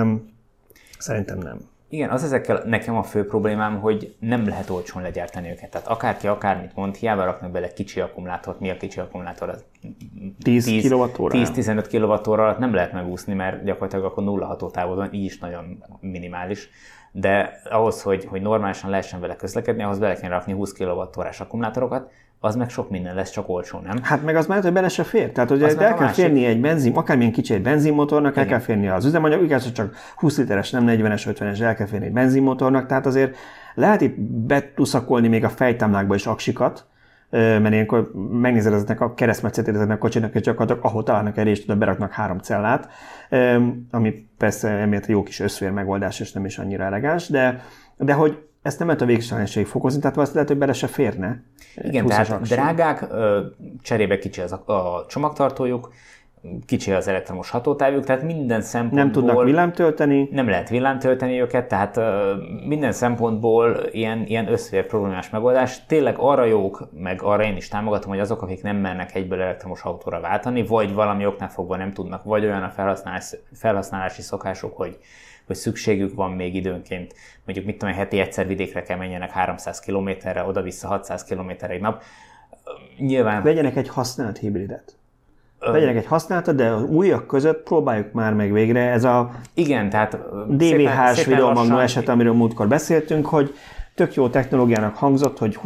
szerintem nem. Igen, az ezekkel nekem a fő problémám, hogy nem lehet olcsón legyártani őket. Tehát akárki akármit mond, hiába raknak bele kicsi akkumulátort. Mi a kicsi akkumulátor? 10 kWh. 10-15 kWh alatt nem lehet megúszni, mert gyakorlatilag akkor nulla hatótávod van, így is nagyon minimális. De ahhoz, hogy normálisan lehessen vele közlekedni, ahhoz bele kell rakni 20 kWh-s akkumulátorokat, az meg sok minden lesz, csak olcsó, nem? Hát meg az már, hogy bele se fér. Tehát, hogy el kell férni egy benzin, akármilyen kicsi egy benzinmotornak, el kell férni az üzemanyag, igaz, hogy csak 20 literes, nem 40-es, 50-es, el kell férni egy benzinmotornak, tehát azért lehet itt betuszakolni még a fejtámlákba is aksikat, mert ilyenkor megnézed ezeknek a keresztmetszetét ezeknek a kocsinak, és gyakorlatilag ahol találnak erre, és beraknak 3 cellát, ami persze emiatt jó kis összvér megoldás, és nem is annyira elegáns, de hogy ezt nem lehet a végtelenségig fokozni, tehát azt lehet, hogy bele se férne. Igen, tehát drágák, cserébe kicsi a csomagtartójuk, kicsi az elektromos hatótávjuk, tehát minden szempontból... Nem tudnak villámtölteni. Nem lehet villámtölteni őket, tehát minden szempontból ilyen összvér problémás megoldás. Tényleg arra jók, meg arra én is támogatom, hogy azok, akik nem mernek egyből elektromos autóra váltani, vagy valami oknál fogva nem tudnak, vagy olyan a felhasználási szokásuk, hogy szükségük van még időnként, mondjuk mit tudom, heti egyszer vidékre kell menjenek 300 kilométerre, oda-vissza 600 kilométer egy nap. Nyilván... Vegyenek egy használt hibridet. Vegyenek egy használtat, de az újak között próbáljuk már meg végre. Ez a igen, tehát DVH-s videomagnó eset, amiről múltkor beszéltünk, hogy tök jó technológiának hangzott, hogy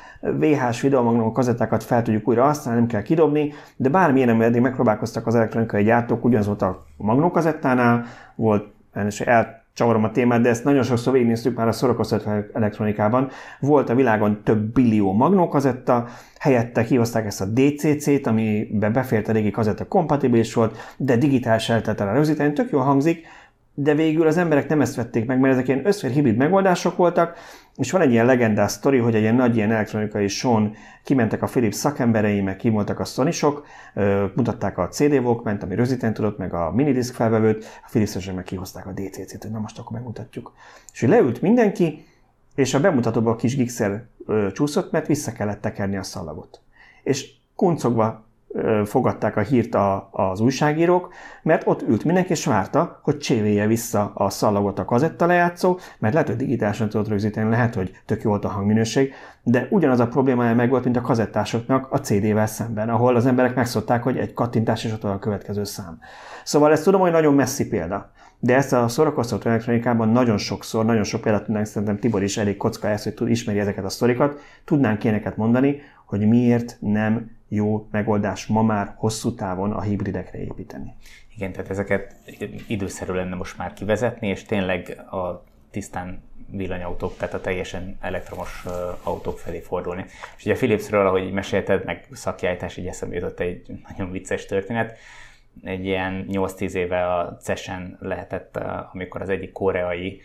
VH-s videomagnó kazettákat fel tudjuk újra használni, nem kell kidobni, de bármilyen, amivel eddig megpróbálkoztak az elektronikai gyártók, ugyanaz volt a magnókazettánál, volt, elcsavarom a témát, de ezt nagyon sokszor végignéztük már a szórakoztató elektronikában. Volt a világon több billió magnókazetta, helyette kihozták ezt a DCC-t, amiben befért a régi kazetta kompatibilis volt, de digitális lehetett rá rögzíteni, tök jól hangzik, de végül az emberek nem ezt vették meg, mert ezek ilyen összfér hibrid megoldások voltak, és van egy ilyen legendás sztori, hogy egy ilyen nagy ilyen elektronikai show-n kimentek a Philips szakemberei, meg ki voltak a Sony-sok, mutatták a CD Walkman-t, ami rögzíteni tudott, meg a minidisc felvevőt, a Philips-esek meg kihozták a DCC-t, hogy na most akkor megmutatjuk. És hogy leült mindenki, és a bemutatóban a kis gigszer csúszott, mert vissza kellett tekerni a szallagot. És kuncogva fogadták a hírt az újságírók, mert ott ült mindenki, és várta, hogy csévélje vissza a szallagot a kazetta lejátszó, mert lehet, hogy digitálisan tudott rögzíteni, lehet, hogy tök jó volt a hangminőség, de ugyanaz a problémája meg volt, mint a kazettásoknak a CD-vel szemben, ahol az emberek megszokták, hogy egy kattintás, és ott van a következő szám. Szóval ezt tudom, hogy nagyon messzi példa. De ezt a szórakoztató elektronikában nagyon sokszor, nagyon sok példát tudnánk, szerintem Tibor is elég kocka ezt, hogy ismeri ezeket a sztorikat, tudnánk ilyeneket mondani, hogy miért nem jó megoldás ma már hosszú távon a hibridekre építeni. Igen, tehát ezeket időszerű lenne most már kivezetni, és tényleg a tisztán villanyautók, tehát a teljesen elektromos autók felé fordulni. És ugye a Philipsről, ahogy mesélted, meg szakkiállítás, így eszembe jutott egy nagyon vicces történet. Egy ilyen 8-10 éve a CES-en lehetett, amikor az egyik koreai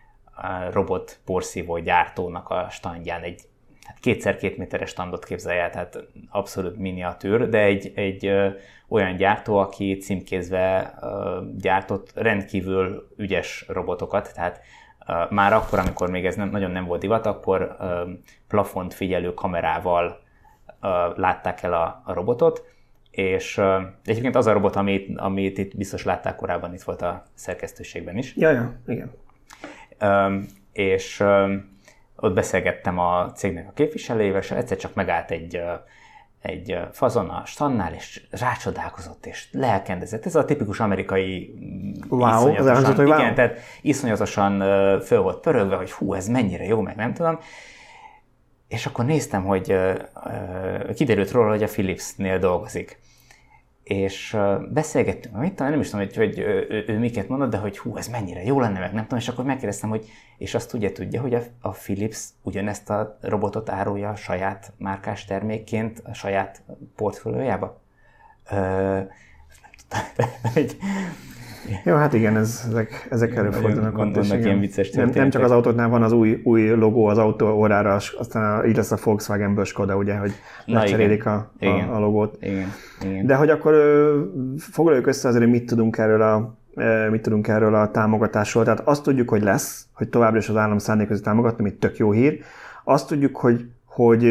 robot porszívó gyártónak a standján egy 2x2 méteres standot képzelje el, tehát abszolút miniatűr, de egy olyan gyártó, aki címkézve gyártott rendkívül ügyes robotokat, tehát már akkor, amikor még ez nagyon nem volt divat, akkor plafont figyelő kamerával látták el a robotot, és egyébként az a robot, amit itt biztos látták korábban, itt volt a szerkesztőségben is. Ja, igen. És ott beszélgettem a cégnek a képviselőjével, és egyszer csak megállt egy fazon a strandnál, és rácsodálkozott, és lelkendezett. Ez a tipikus amerikai iszonyatosan, igen, tehát iszonyatosan föl volt pörögve, hogy hú, ez mennyire jó, meg nem tudom. És akkor néztem, hogy kiderült róla, hogy a Philipsnél dolgozik. És beszélgettünk, nem is tudom, hogy ő miket mondott, de hogy hú, ez mennyire jó lenne, meg nem tudom, és akkor megkérdeztem, hogy és azt tudja, hogy a Philips ugyanezt a robotot árulja a saját márkás termékként a saját portfóliójába? Nem tudom. Jó, hát igen, ezek előfordulnak. Nem csak az autóknál van az új logó az autó órára, aztán így lesz a Volkswagenből Skoda, ugye, hogy lecserélik a logót. Igen. De hogy akkor foglaljuk össze azért, hogy mit tudunk erről a támogatásról. Tehát azt tudjuk, hogy lesz, hogy továbbra is az állam szándékozik támogatni, ami tök jó hír. Azt tudjuk, hogy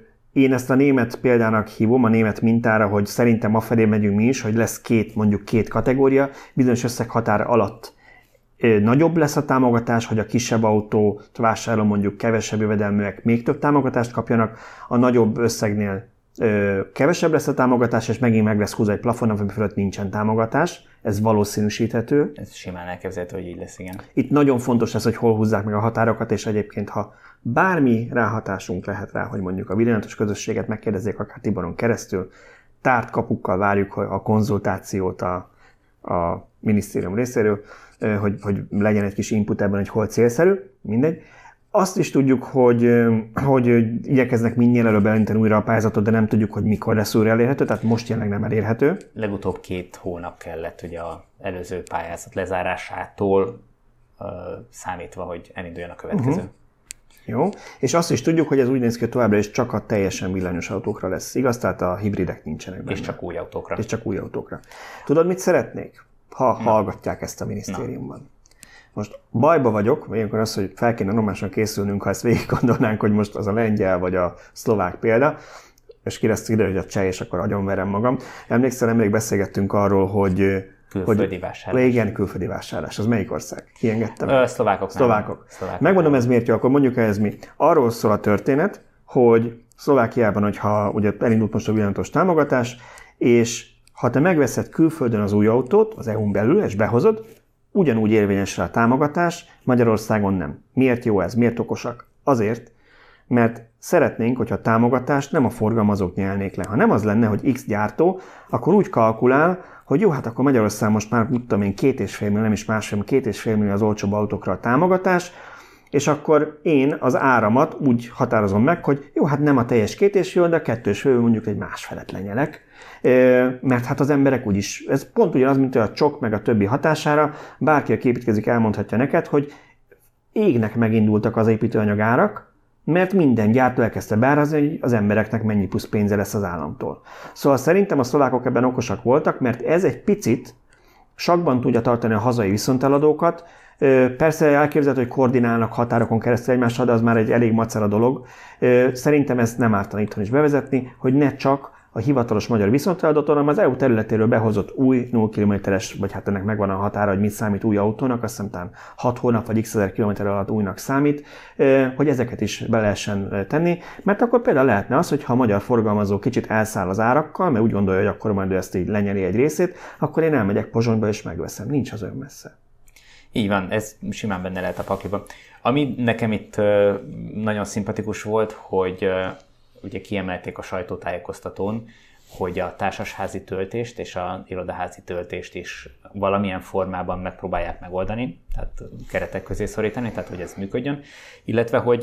én ezt a német példának hívom, a német mintára, hogy szerintem afelé megyünk mi is, hogy lesz mondjuk két kategória, bizonyos összeghatár alatt nagyobb lesz a támogatás, hogy a kisebb autót vásároló mondjuk kevesebb jövedelműek még több támogatást kapjanak, a nagyobb összegnél kevesebb lesz a támogatás, és megint meg lesz húzva egy plafon, ami fölött nincsen támogatás. Ez valószínűsíthető. Ez simán elképzelhető, hogy így lesz, igen. Itt nagyon fontos lesz, hogy hol húzzák meg a határokat, és egyébként, ha bármi ráhatásunk lehet rá, hogy mondjuk a villanyatos közösséget megkérdezzék akár Tiboron keresztül, tárt kapukkal várjuk a konzultációt a minisztérium részéről, hogy legyen egy kis input ebben, hogy hol célszerű, mindegy. Azt is tudjuk, hogy igyekeznek minél előbb elindítani újra a pályázatot, de nem tudjuk, hogy mikor lesz újra elérhető, tehát most jelenleg nem elérhető. Legutóbb 2 hónap kellett ugye az előző pályázat lezárásától számítva, hogy elinduljon a következő. Jó, és azt is tudjuk, hogy ez úgy néz ki, hogy továbbra is csak a teljesen villanyos autókra lesz, igaz? Tehát a hibridek nincsenek benne. És csak új autókra. És csak új autókra. Tudod, mit szeretnék? Ha hallgatják ezt a minisztériumban. Most bajba vagyok, ilyenkor az, hogy fel kéne normálisan készülnünk, ha ezt végig gondolnánk, hogy most az a lengyel vagy a szlovák példa, és kiderül, hogy a cseh, és akkor agyonverem magam. Emlékszel, nemrég beszélgettünk arról, hogy külföldi vásárlás. Igen, külföldi vásárlás. Az melyik ország? Kiengedtem? Szlovákok. Megmondom, ez miért jó, akkor mondjuk ez mi. Arról szól a történet, hogy Szlovákiában, hogyha ugye elindult most a villanyatos támogatás, és ha te megveszed külföldön az új autót, az EU-n belül, és behozod, ugyanúgy érvényes rá a támogatás, Magyarországon nem. Miért jó ez? Miért okosak? Azért, mert szeretnénk, hogyha a támogatást nem a forgalmazók nyelnék le. Ha nem az lenne, hogy X gyártó, akkor úgy kalkulál, hogy jó, hát akkor Magyarországon most már, tudom én, 2,5 millió, nem is másfél, 2,5 millió az olcsóbb autókra a támogatás, és akkor én az áramat úgy határozom meg, hogy jó, hát nem a teljes 2,5 millió, de a 2,5 millió mondjuk egy másfelet lenyelek, mert hát az emberek úgyis, ez pont ugyanaz, mint a csok meg a többi hatására, bárki, aki építkezik, elmondhatja neked, hogy égnek megindultak az építőanyagárak, mert minden gyártó elkezdte beárazni, hogy az embereknek mennyi plusz pénze lesz az államtól. Szóval szerintem a szlovákok ebben okosak voltak, mert ez egy picit sakban tudja tartani a hazai viszonteladókat. Persze elképzelhető, hogy koordinálnak határokon keresztül egymással, de az már egy elég macera dolog. Szerintem ezt nem ártana itthon is bevezetni, hogy ne csak a hivatalos magyar viszonteladótól, hanem az EU területéről behozott új 0 kilométeres, vagy hát ennek megvan a határa, hogy mit számít új autónak, azt hiszem talán 6 hónap vagy x ezer kilométer alatt újnak számít, hogy ezeket is be lehessen tenni, mert akkor például lehetne az, hogy ha a magyar forgalmazó kicsit elszáll az árakkal, mert úgy gondolja, hogy akkor majd ő ezt így lenyeli egy részét, akkor én elmegyek Pozsonyba és megveszem. Nincs az olyan messze. Így van, ez simán benne lehet a pakliban. Ami nekem itt nagyon szimpatikus volt, hogy ugye kiemelték a sajtótájékoztatón, hogy a társasházi töltést és a irodaházi töltést is valamilyen formában megpróbálják megoldani, tehát keretek közé szorítani, tehát hogy ez működjön, illetve hogy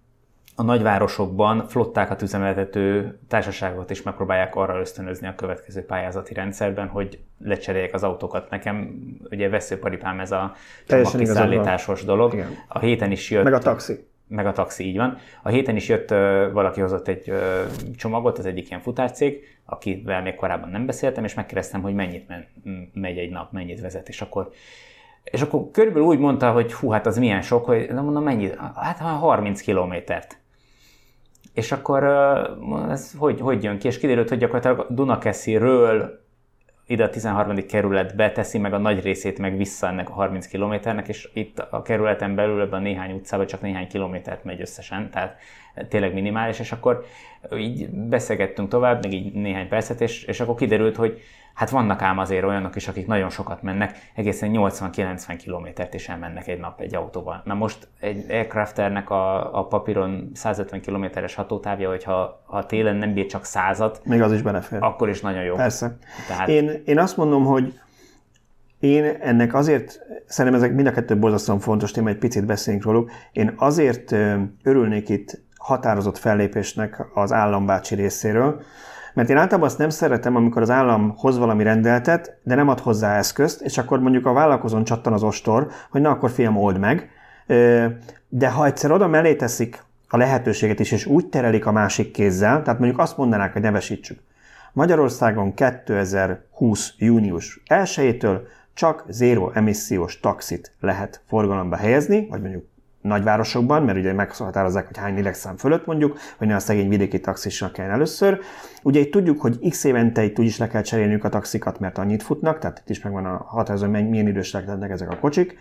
a nagyvárosokban flottákat üzemeltető társaságokat is megpróbálják arra ösztönözni a következő pályázati rendszerben, hogy lecseréljék az autókat. Nekem ugye veszőparipám ez a csomagkiszállításos dolog. Igen. A héten is jött... Meg a taxi, így van. A héten is jött, valaki hozott egy csomagot, az egyik ilyen futárcég, akivel még korábban nem beszéltem, és megkérdeztem, hogy mennyit megy egy nap, mennyit vezet, és akkor körülbelül úgy mondta, hogy hú, hát az milyen sok, hogy mondom, mennyit? Hát 30 kilométert. És akkor ez hogy jön ki? És kiderült, hogy gyakorlatilag Dunakesziről ide a 13. kerületbe teszi meg a nagy részét meg vissza ennek a 30 kilométernek, és itt a kerületen belül ebben a néhány utcában csak néhány kilométert megy összesen, tehát tényleg minimális, és akkor így beszélgettünk tovább, még így néhány percet, és akkor kiderült, hogy hát vannak ám azért olyanok is, akik nagyon sokat mennek, egészen 80-90 kilométert is elmennek egy nap egy autóval. Na most egy Aircrafternek a papíron 150 kilométeres hatótávja, hogyha télen nem bír csak 100-at, még az is belefér. Akkor is nagyon jó. Persze. Tehát... Én azt mondom, hogy én ennek azért, szerintem ezek mind a kettő borzasztóan fontos téma, egy picit beszéljünk róluk, én azért örülnék itt határozott fellépésnek az állambácsi részéről, mert én általában azt nem szeretem, amikor az állam hoz valami rendeletet, de nem ad hozzá eszközt, és akkor mondjuk a vállalkozón csattan az ostor, hogy na akkor fiam, old meg. De ha egyszer oda mellé teszik a lehetőséget is, és úgy terelik a másik kézzel, tehát mondjuk azt mondanák, hogy nevesítsük. Magyarországon 2020. június 1-től csak zéró emissziós taxit lehet forgalomba helyezni, vagy mondjuk nagyvárosokban, mert ugye meghatározzák, hogy hány lélekszám fölött mondjuk, hogy ne a szegény vidéki taxisnak kelljen először. Ugye itt tudjuk, hogy x évente itt úgyis le kell cserélniük a taxikat, mert annyit futnak, tehát itt is megvan a határozó, hogy milyen idősek lennek ezek a kocsik.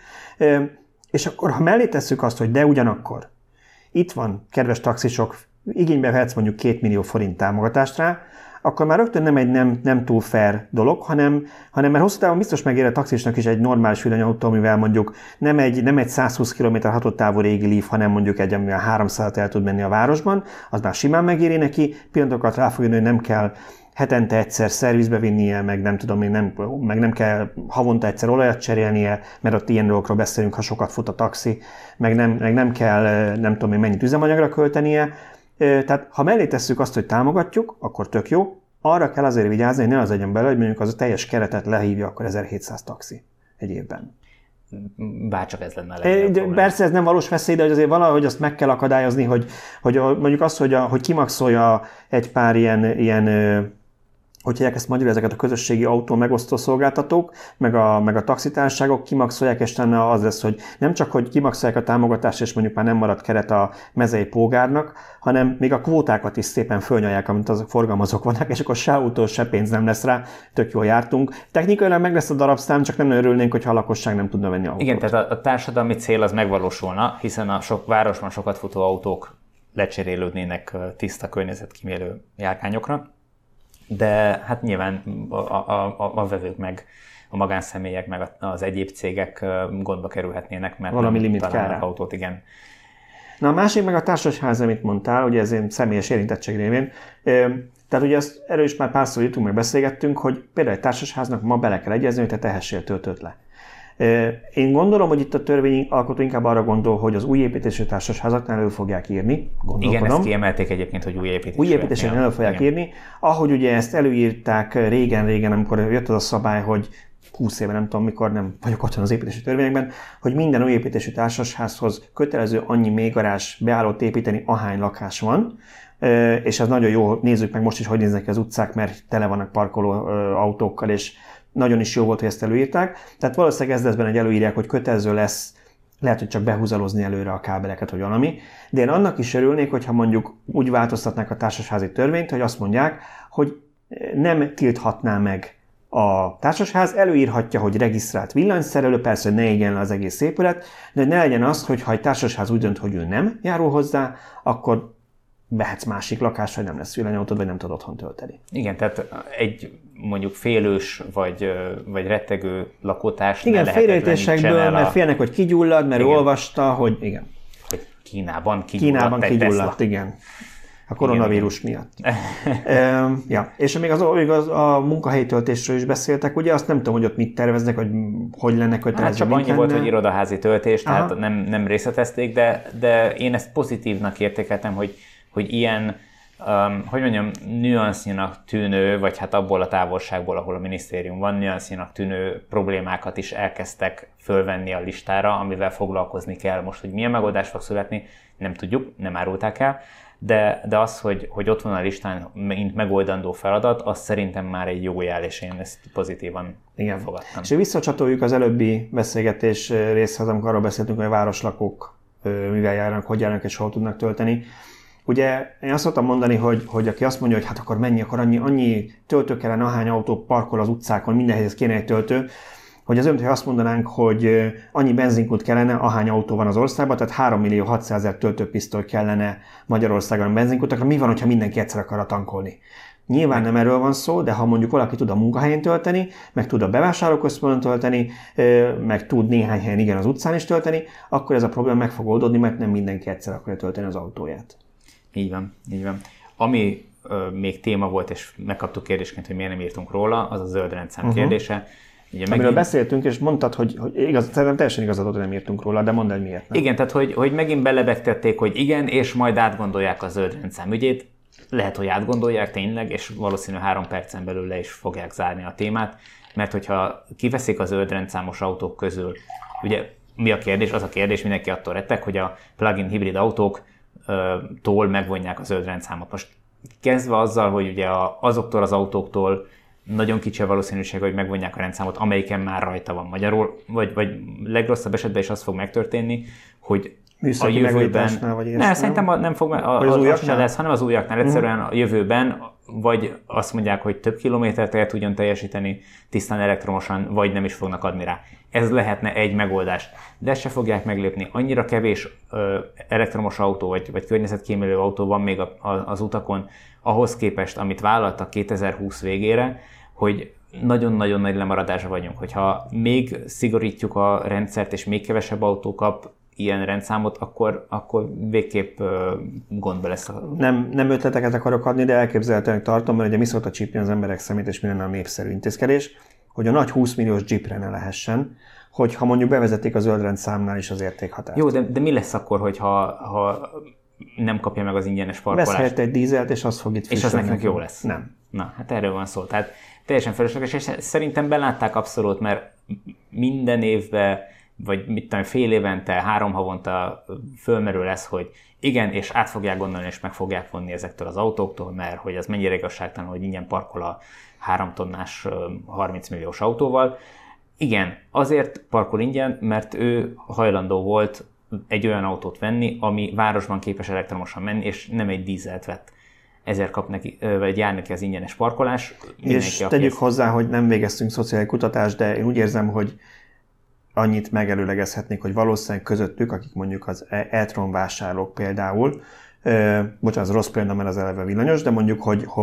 És akkor, ha mellé tesszük azt, hogy de ugyanakkor itt van, kedves taxisok, igénybe vehetsz mondjuk 2 millió forint támogatást rá, akkor már rögtön nem egy nem túl fair dolog, hanem mert hosszú távon biztos megér a taxisnak is egy normális villanyautó, amivel mondjuk nem egy 120 km hatótávú régi Leaf, hanem mondjuk egy, amivel 300-at el tud menni a városban, az már simán megéri neki, pillanatokat rá fog jönni, hogy nem kell hetente egyszer szervizbe vinnie, meg nem tudom, meg nem kell havonta egyszer olajat cserélnie, mert ott ilyen dolgokról beszélünk, ha sokat fut a taxi, meg nem kell nem tudom én mennyit üzemanyagra költenie. Tehát ha mellé tesszük azt, hogy támogatjuk, akkor tök jó. Arra kell azért vigyázni, hogy ne az legyen belőle, hogy mondjuk az a teljes keretet lehívja akkor 1700 taxi egy évben. Bárcsak ez lenne a legnagyobb. Persze ez nem valós veszély, de azért valahogy azt meg kell akadályozni, hogy mondjuk az, hogy kimaxolja egy pár ilyen hogy hívják ezt magyarul, ezeket a közösségi autó megosztó szolgáltatók, meg a taxitársaságok kimaxolják, és talán az lesz, hogy nem csak, hogy kimaxolják a támogatást, és mondjuk már nem marad keret a mezei polgárnak, hanem még a kvótákat is szépen fölnyalják, amit azok forgalmazók vannak, és akkor se autó, se pénz nem lesz rá, tök jól jártunk. Technikailag meg lesz a darabszám, csak nem örülnénk, hogyha a lakosság nem tudna venni autót. Igen, tehát a társadalmi cél az megvalósulna, hiszen a sok városban sokat futó autók lecserélődnének tiszta környezetkímélő járkányokra. De hát nyilván a vevők meg a magánszemélyek meg az egyéb cégek gondba kerülhetnének, mert valami nem limit találnak autót, igen. Na a másik meg a társasház, amit mondtál, ugye ez én személyes érintettség révén. Tehát ugye erről is már párszor jutunk, meg beszélgettünk, hogy például egy társasháznak ma bele kell egyezni, hogy te tehessél töltőt le. Én gondolom, hogy itt a törvényalkotó inkább arra gondol, hogy az új építésű társasházaknál elő fogják írni. Igen, ezt kiemelték egyébként, hogy új építésű. Új építésűnél elő fogják írni. Ahogy ugye ezt előírták régen, amikor jött az a szabály, hogy 20 éve, nem tudom mikor, nem vagyok otthon az építési törvényekben, hogy minden új építésű társasházhoz kötelező annyi mélygarázs beállót építeni, ahány lakás van. És ez nagyon jó, nézzük meg most is, hogy néznek ki az utcák, mert tele vannak parkoló autókkal, és nagyon is jó volt, hogy ezt előírták. Tehát valószínűleg ez lesz benne, hogy előírják, hogy kötelező lesz, lehet, hogy csak behúzalozni előre a kábeleket, vagy valami. De én annak is örülnék, hogyha mondjuk úgy változtatnák a társasházi törvényt, hogy azt mondják, hogy nem tilthatná meg a társasház, előírhatja, hogy regisztrált villanyszerelő, persze, hogy ne égjen le az egész épület, de hogy ne legyen az, hogy ha egy társasház úgy dönt, hogy ő nem járul hozzá, akkor behetsz másik lakásra, hogy nem lesz villanyautód, vagy nem tudod otthon tölteni. Igen, tehát egy mondjuk félős vagy rettegő lakótárs. Igen, félreértésekből, mert félnek, hogy kigyullad, mert igen. Olvasta, hogy igen. Hogy Kínában kigyulladt, igen. A koronavírus miatt. Ja. És még a munkahelyi töltésről is beszéltek, ugye azt nem tudom, hogy ott mit terveznek, hogy lenne kötelező. Hát csak annyi volt, hogy irodaházi töltés, tehát nem részletezték, de én ezt pozitívnak értékeltem, hogy ilyen, hogy mondjam, nüansznyinak tűnő, vagy hát abból a távolságból, ahol a minisztérium van, nüansznyinak tűnő problémákat is elkezdtek fölvenni a listára, amivel foglalkozni kell. Most, hogy milyen megoldás fog születni, nem tudjuk, nem árulták el, de az, hogy ott van a listán, mint megoldandó feladat, az szerintem már egy jó jel, és én ezt pozitívan fogadtam. És visszacsatoljuk az előbbi beszélgetés részhez, amikor arról beszéltünk, hogy a városlakók mivel járnak, hogy járnak és hol tudnak tölteni. Ugye én azt szoktam mondani, hogy aki azt mondja, hogy hát akkor annyi töltő kellene, ahány autó parkol az utcákon, minden helyhez kéne egy töltő. Hogy az olyan, hogy azt mondanánk, hogy annyi benzinkút kellene, ahány autó van az országban, tehát 3.600.000 töltőpisztoly kellene Magyarországon benzinkutakra. Mi van, hogyha mindenki egyszer akar tankolni? Nyilván nem erről van szó, de ha mondjuk valaki tud a munkahelyén tölteni, meg tud a bevásárlóközpontban tölteni, meg tud néhány helyen igen az utcán is tölteni, akkor ez a probléma meg fog oldódni, mert nem mindenki egyszer akarja tölteni az autóját. Így van, így van. Ami még téma volt, és megkaptuk kérdésként, hogy miért nem írtunk róla, az a zöld rendszám kérdése. Ugye amiről beszéltünk, és mondtad, hogy szerintem teljesen igazad, hogy nem írtunk róla, de mondd el miért nem. Igen, tehát hogy megint belebegtették, hogy igen, és majd átgondolják a zöld rendszám ügyét. Lehet, hogy átgondolják tényleg, és valószínűleg 3 percen belül le is fogják zárni a témát, mert hogyha kiveszik a zöld rendszámos autók közül, ugye mi a kérdés? Az a kérdés, mindenki attól rettek, hogy a plug-in hibrid autóktól megvonják a zöld rendszámot. Most kezdve azzal, hogy ugye azoktól az autóktól nagyon kicsi a valószínűség, hogy megvonják a rendszámot, amelyiken már rajta van magyarul, vagy legrosszabb esetben is az fog megtörténni, hogy műszaki a jövőben... Szerintem nem fog az sem lesz, hanem az újaknál egyszerűen a jövőben vagy azt mondják, hogy több kilométert el tudjon teljesíteni tisztán elektromosan, vagy nem is fognak adni rá. Ez lehetne egy megoldás. De ezt se fogják meglépni. Annyira kevés elektromos autó, vagy környezetkímélő autó van még az utakon, ahhoz képest, amit vállaltak 2020 végére, hogy nagyon-nagyon nagy lemaradásra vagyunk. Hogyha még szigorítjuk a rendszert, és még kevesebb autó kap ilyen rendszámot, akkor végképp gondba lesz. Nem ötleteket akarok adni, de elképzelhetően tartom, mert ugye mi szokta csípni az emberek szemét, és minden a népszerű intézkedés, hogy a nagy 20 milliós Jeepre ne lehessen, hogyha mondjuk bevezették a zöld rendszámnál is az értékhatárt. Jó, de mi lesz akkor, hogyha nem kapja meg az ingyenes parkolást? Vesz helyett egy dízelt, és az fog itt és az nekünk jó lesz. Nem. Na, hát erről van szó. Tehát teljesen felesleges, és szerintem belátták abszolút, mert minden évben vagy mit tudom, fél évente, 3 havonta fölmerül lesz, hogy igen, és át fogják gondolni, és meg fogják vonni ezektől az autóktól, mert hogy az mennyire igazságtalan, hogy ingyen parkol a 3 tonnás 30 milliós autóval. Igen, azért parkol ingyen, mert ő hajlandó volt egy olyan autót venni, ami városban képes elektromosan menni, és nem egy dízelt vett. Ezért kap neki, vagy jár neki az ingyenes parkolás. És tegyük hozzá, hogy nem végeztünk szociális kutatást, de én úgy érzem, hogy annyit megelőlegezhetnék, hogy valószínűleg közöttük, akik mondjuk az e-tron vásárlók például, bocsánat, az rossz példa, mert az eleve villanyos, de mondjuk,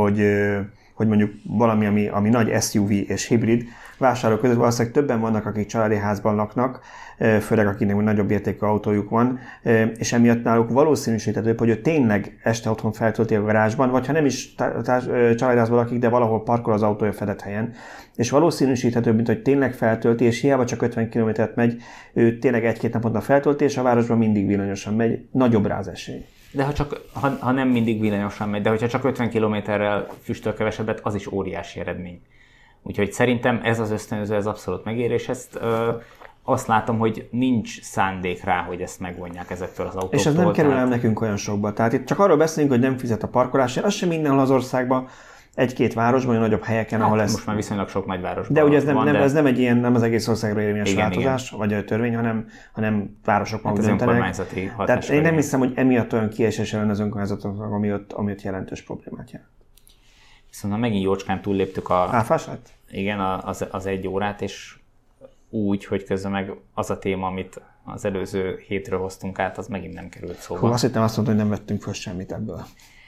hogy mondjuk valami, ami nagy SUV és hibrid vásárlók között valószínűleg többen vannak, akik családi házban laknak, főleg akiknek nagyobb értékű autójuk van, és emiatt náluk valószínűsíthetőbb, hogy ő tényleg este otthon feltölti a garázsban, vagy ha nem is családi házban lakik, de valahol parkol az autója fedett helyen, és valószínűsíthetőbb, mint hogy tényleg feltölti, és hiába csak 50 kilométert megy, ő tényleg 1-2 naponta feltölti, és a városban mindig villanyosan megy, nagyobb rá az esély. De ha nem mindig villanyosan megy, de hogyha csak 50 kilométerrel füstöl kevesebbet, az is óriási eredmény. Úgyhogy szerintem ez az ösztönző, ez abszolút megérés. Ezt azt látom, hogy nincs szándék rá, hogy ezt megvonják ezektől az autóktól. És ez nem kerül el nekünk olyan sokba. Tehát itt csak arról beszélünk, hogy nem fizet a parkolásért, az sem mindenhol az országban, 1-2 városban, nagyobb helyeken, ahol ez... Most már viszonylag sok nagyvárosban. De ugye ez nem egy ilyen, nem az egész országra érvényes változás, vagy a törvény, hanem városokban hát döntenek. Tehát én nem hiszem, hogy emiatt olyan kiesés ellen az önkormányzatoknak, ami ott jelentős problémát jelent. Viszont megint jócskán túlléptük Áfását? Igen, az 1 órát, és úgy, hogy közben meg az a téma, amit az előző hétről hoztunk át, az megint nem került szóba. Azt hittem azt mondta, hogy nem vettünk föl semmit ebből.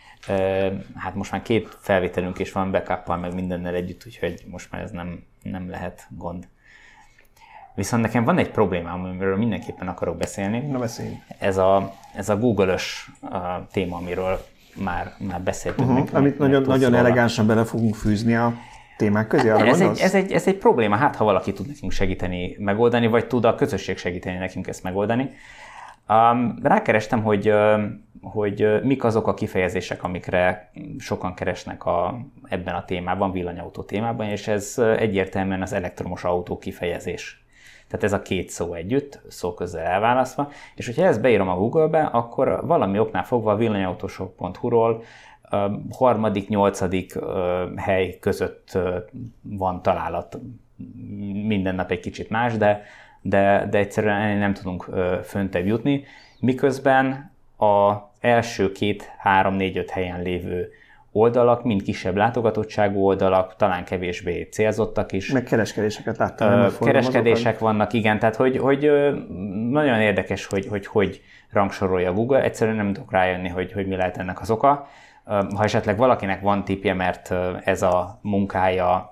Hát most már 2 felvételünk is van backuppal, meg mindennel együtt, úgyhogy most már ez nem lehet gond. Viszont nekem van egy problémám, amiről mindenképpen akarok beszélni. Na, beszélj. Ez a Google-ös téma, amiről már beszéltünk. Amit nagyon elegánsan bele fogunk fűzni a témák közé, arra gondolsz? Ez egy probléma, hát ha valaki tud nekünk segíteni megoldani, vagy tud a közösség segíteni nekünk ezt megoldani. Rákerestem, hogy mik azok a kifejezések, amikre sokan keresnek ebben a témában, villanyautó témában, és ez egyértelműen az elektromos autó kifejezés. Tehát ez a 2 szó együtt, szó közzel elválasztva, és hogyha ezt beírom a Google-be, akkor valami oknál fogva a villanyautósok.hu-ról 3.-8. hely között van találat. Minden nap egy kicsit más, de egyszerűen nem tudunk föntebb jutni, miközben az első 2, 3, 4, 5 helyen lévő oldalak, mind kisebb látogatottságú oldalak, talán kevésbé célzottak is. Meg kereskedéseket láttam. Kereskedések vannak, igen, tehát hogy nagyon érdekes, hogy rangsorolja Google, egyszerűen nem tudok rájönni, hogy mi lehet ennek az oka. Ha esetleg valakinek van tippje, mert ez a munkája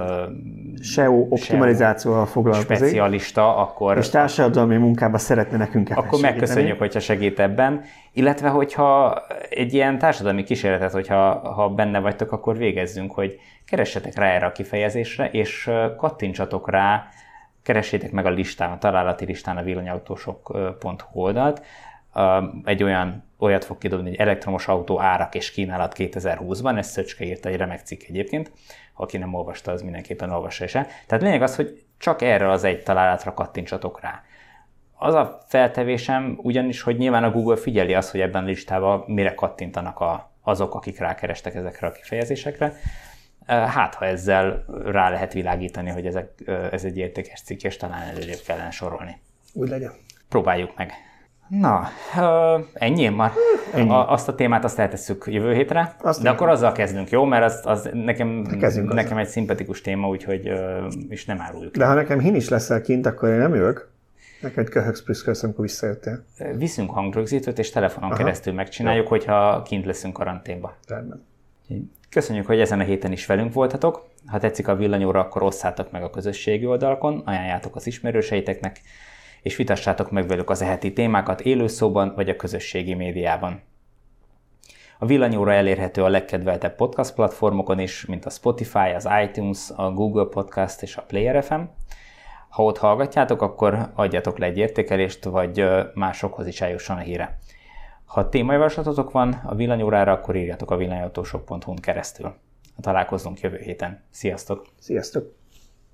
SEO optimalizációval foglalkozik. Specialista, akkor... És társadalmi munkában szeretne nekünk akkor segíteni. Megköszönjük, hogyha segít ebben. Illetve, hogyha egy ilyen társadalmi kísérletet, hogyha benne vagytok, akkor végezzünk, hogy keressetek rá erre a kifejezésre, és kattintsatok rá, keressétek meg a listán, a találati listán a villanyautósok.hu oldalt. Olyat fog kidobni, hogy elektromos autó árak és kínálat 2020-ban, ezt Szöcske írta, egy remek cikk egyébként, aki nem olvasta, az mindenképpen olvassa is el. Tehát lényeg az, hogy csak erre az egy találatra kattintsatok rá. Az a feltevésem ugyanis, hogy nyilván a Google figyeli azt, hogy ebben a listában mire kattintanak azok, akik rákerestek ezekre a kifejezésekre. Hát, ha ezzel rá lehet világítani, hogy ez egy értékes cikk, és talán előrébb kellene sorolni. Úgy legyen. Próbáljuk meg. Na, ennyi már? Ennyi. Azt a témát azt eltesszük jövő hétre, de akkor azzal kezdünk, jó? Mert az nekem egy szimpatikus téma, úgyhogy is nem áruljuk. De ha nekem hin is leszel kint, akkor én nem jövök. Neked köhögsz, prüszkölsz, amikor visszajöttél. Viszünk hangrögzítőt, és telefonon keresztül megcsináljuk, hogyha kint leszünk karanténba. Rendben. Köszönjük, hogy ezen a héten is velünk voltatok. Ha tetszik a villanyóra, akkor osszátok meg a közösségi oldalakon, ajánljátok az ismerőseiteknek, és vitassátok meg velük az heti témákat élőszóban vagy a közösségi médiában. A villanyóra elérhető a legkedveltebb podcast platformokon is, mint a Spotify, az iTunes, a Google Podcast és a Player FM. Ha ott hallgatjátok, akkor adjatok le egy értékelést, vagy másokhoz is eljusson a híre. Ha témajavaslatotok van a villanyórára, akkor írjatok a villanyautósok.hu-n keresztül. Találkozunk jövő héten. Sziasztok! Sziasztok!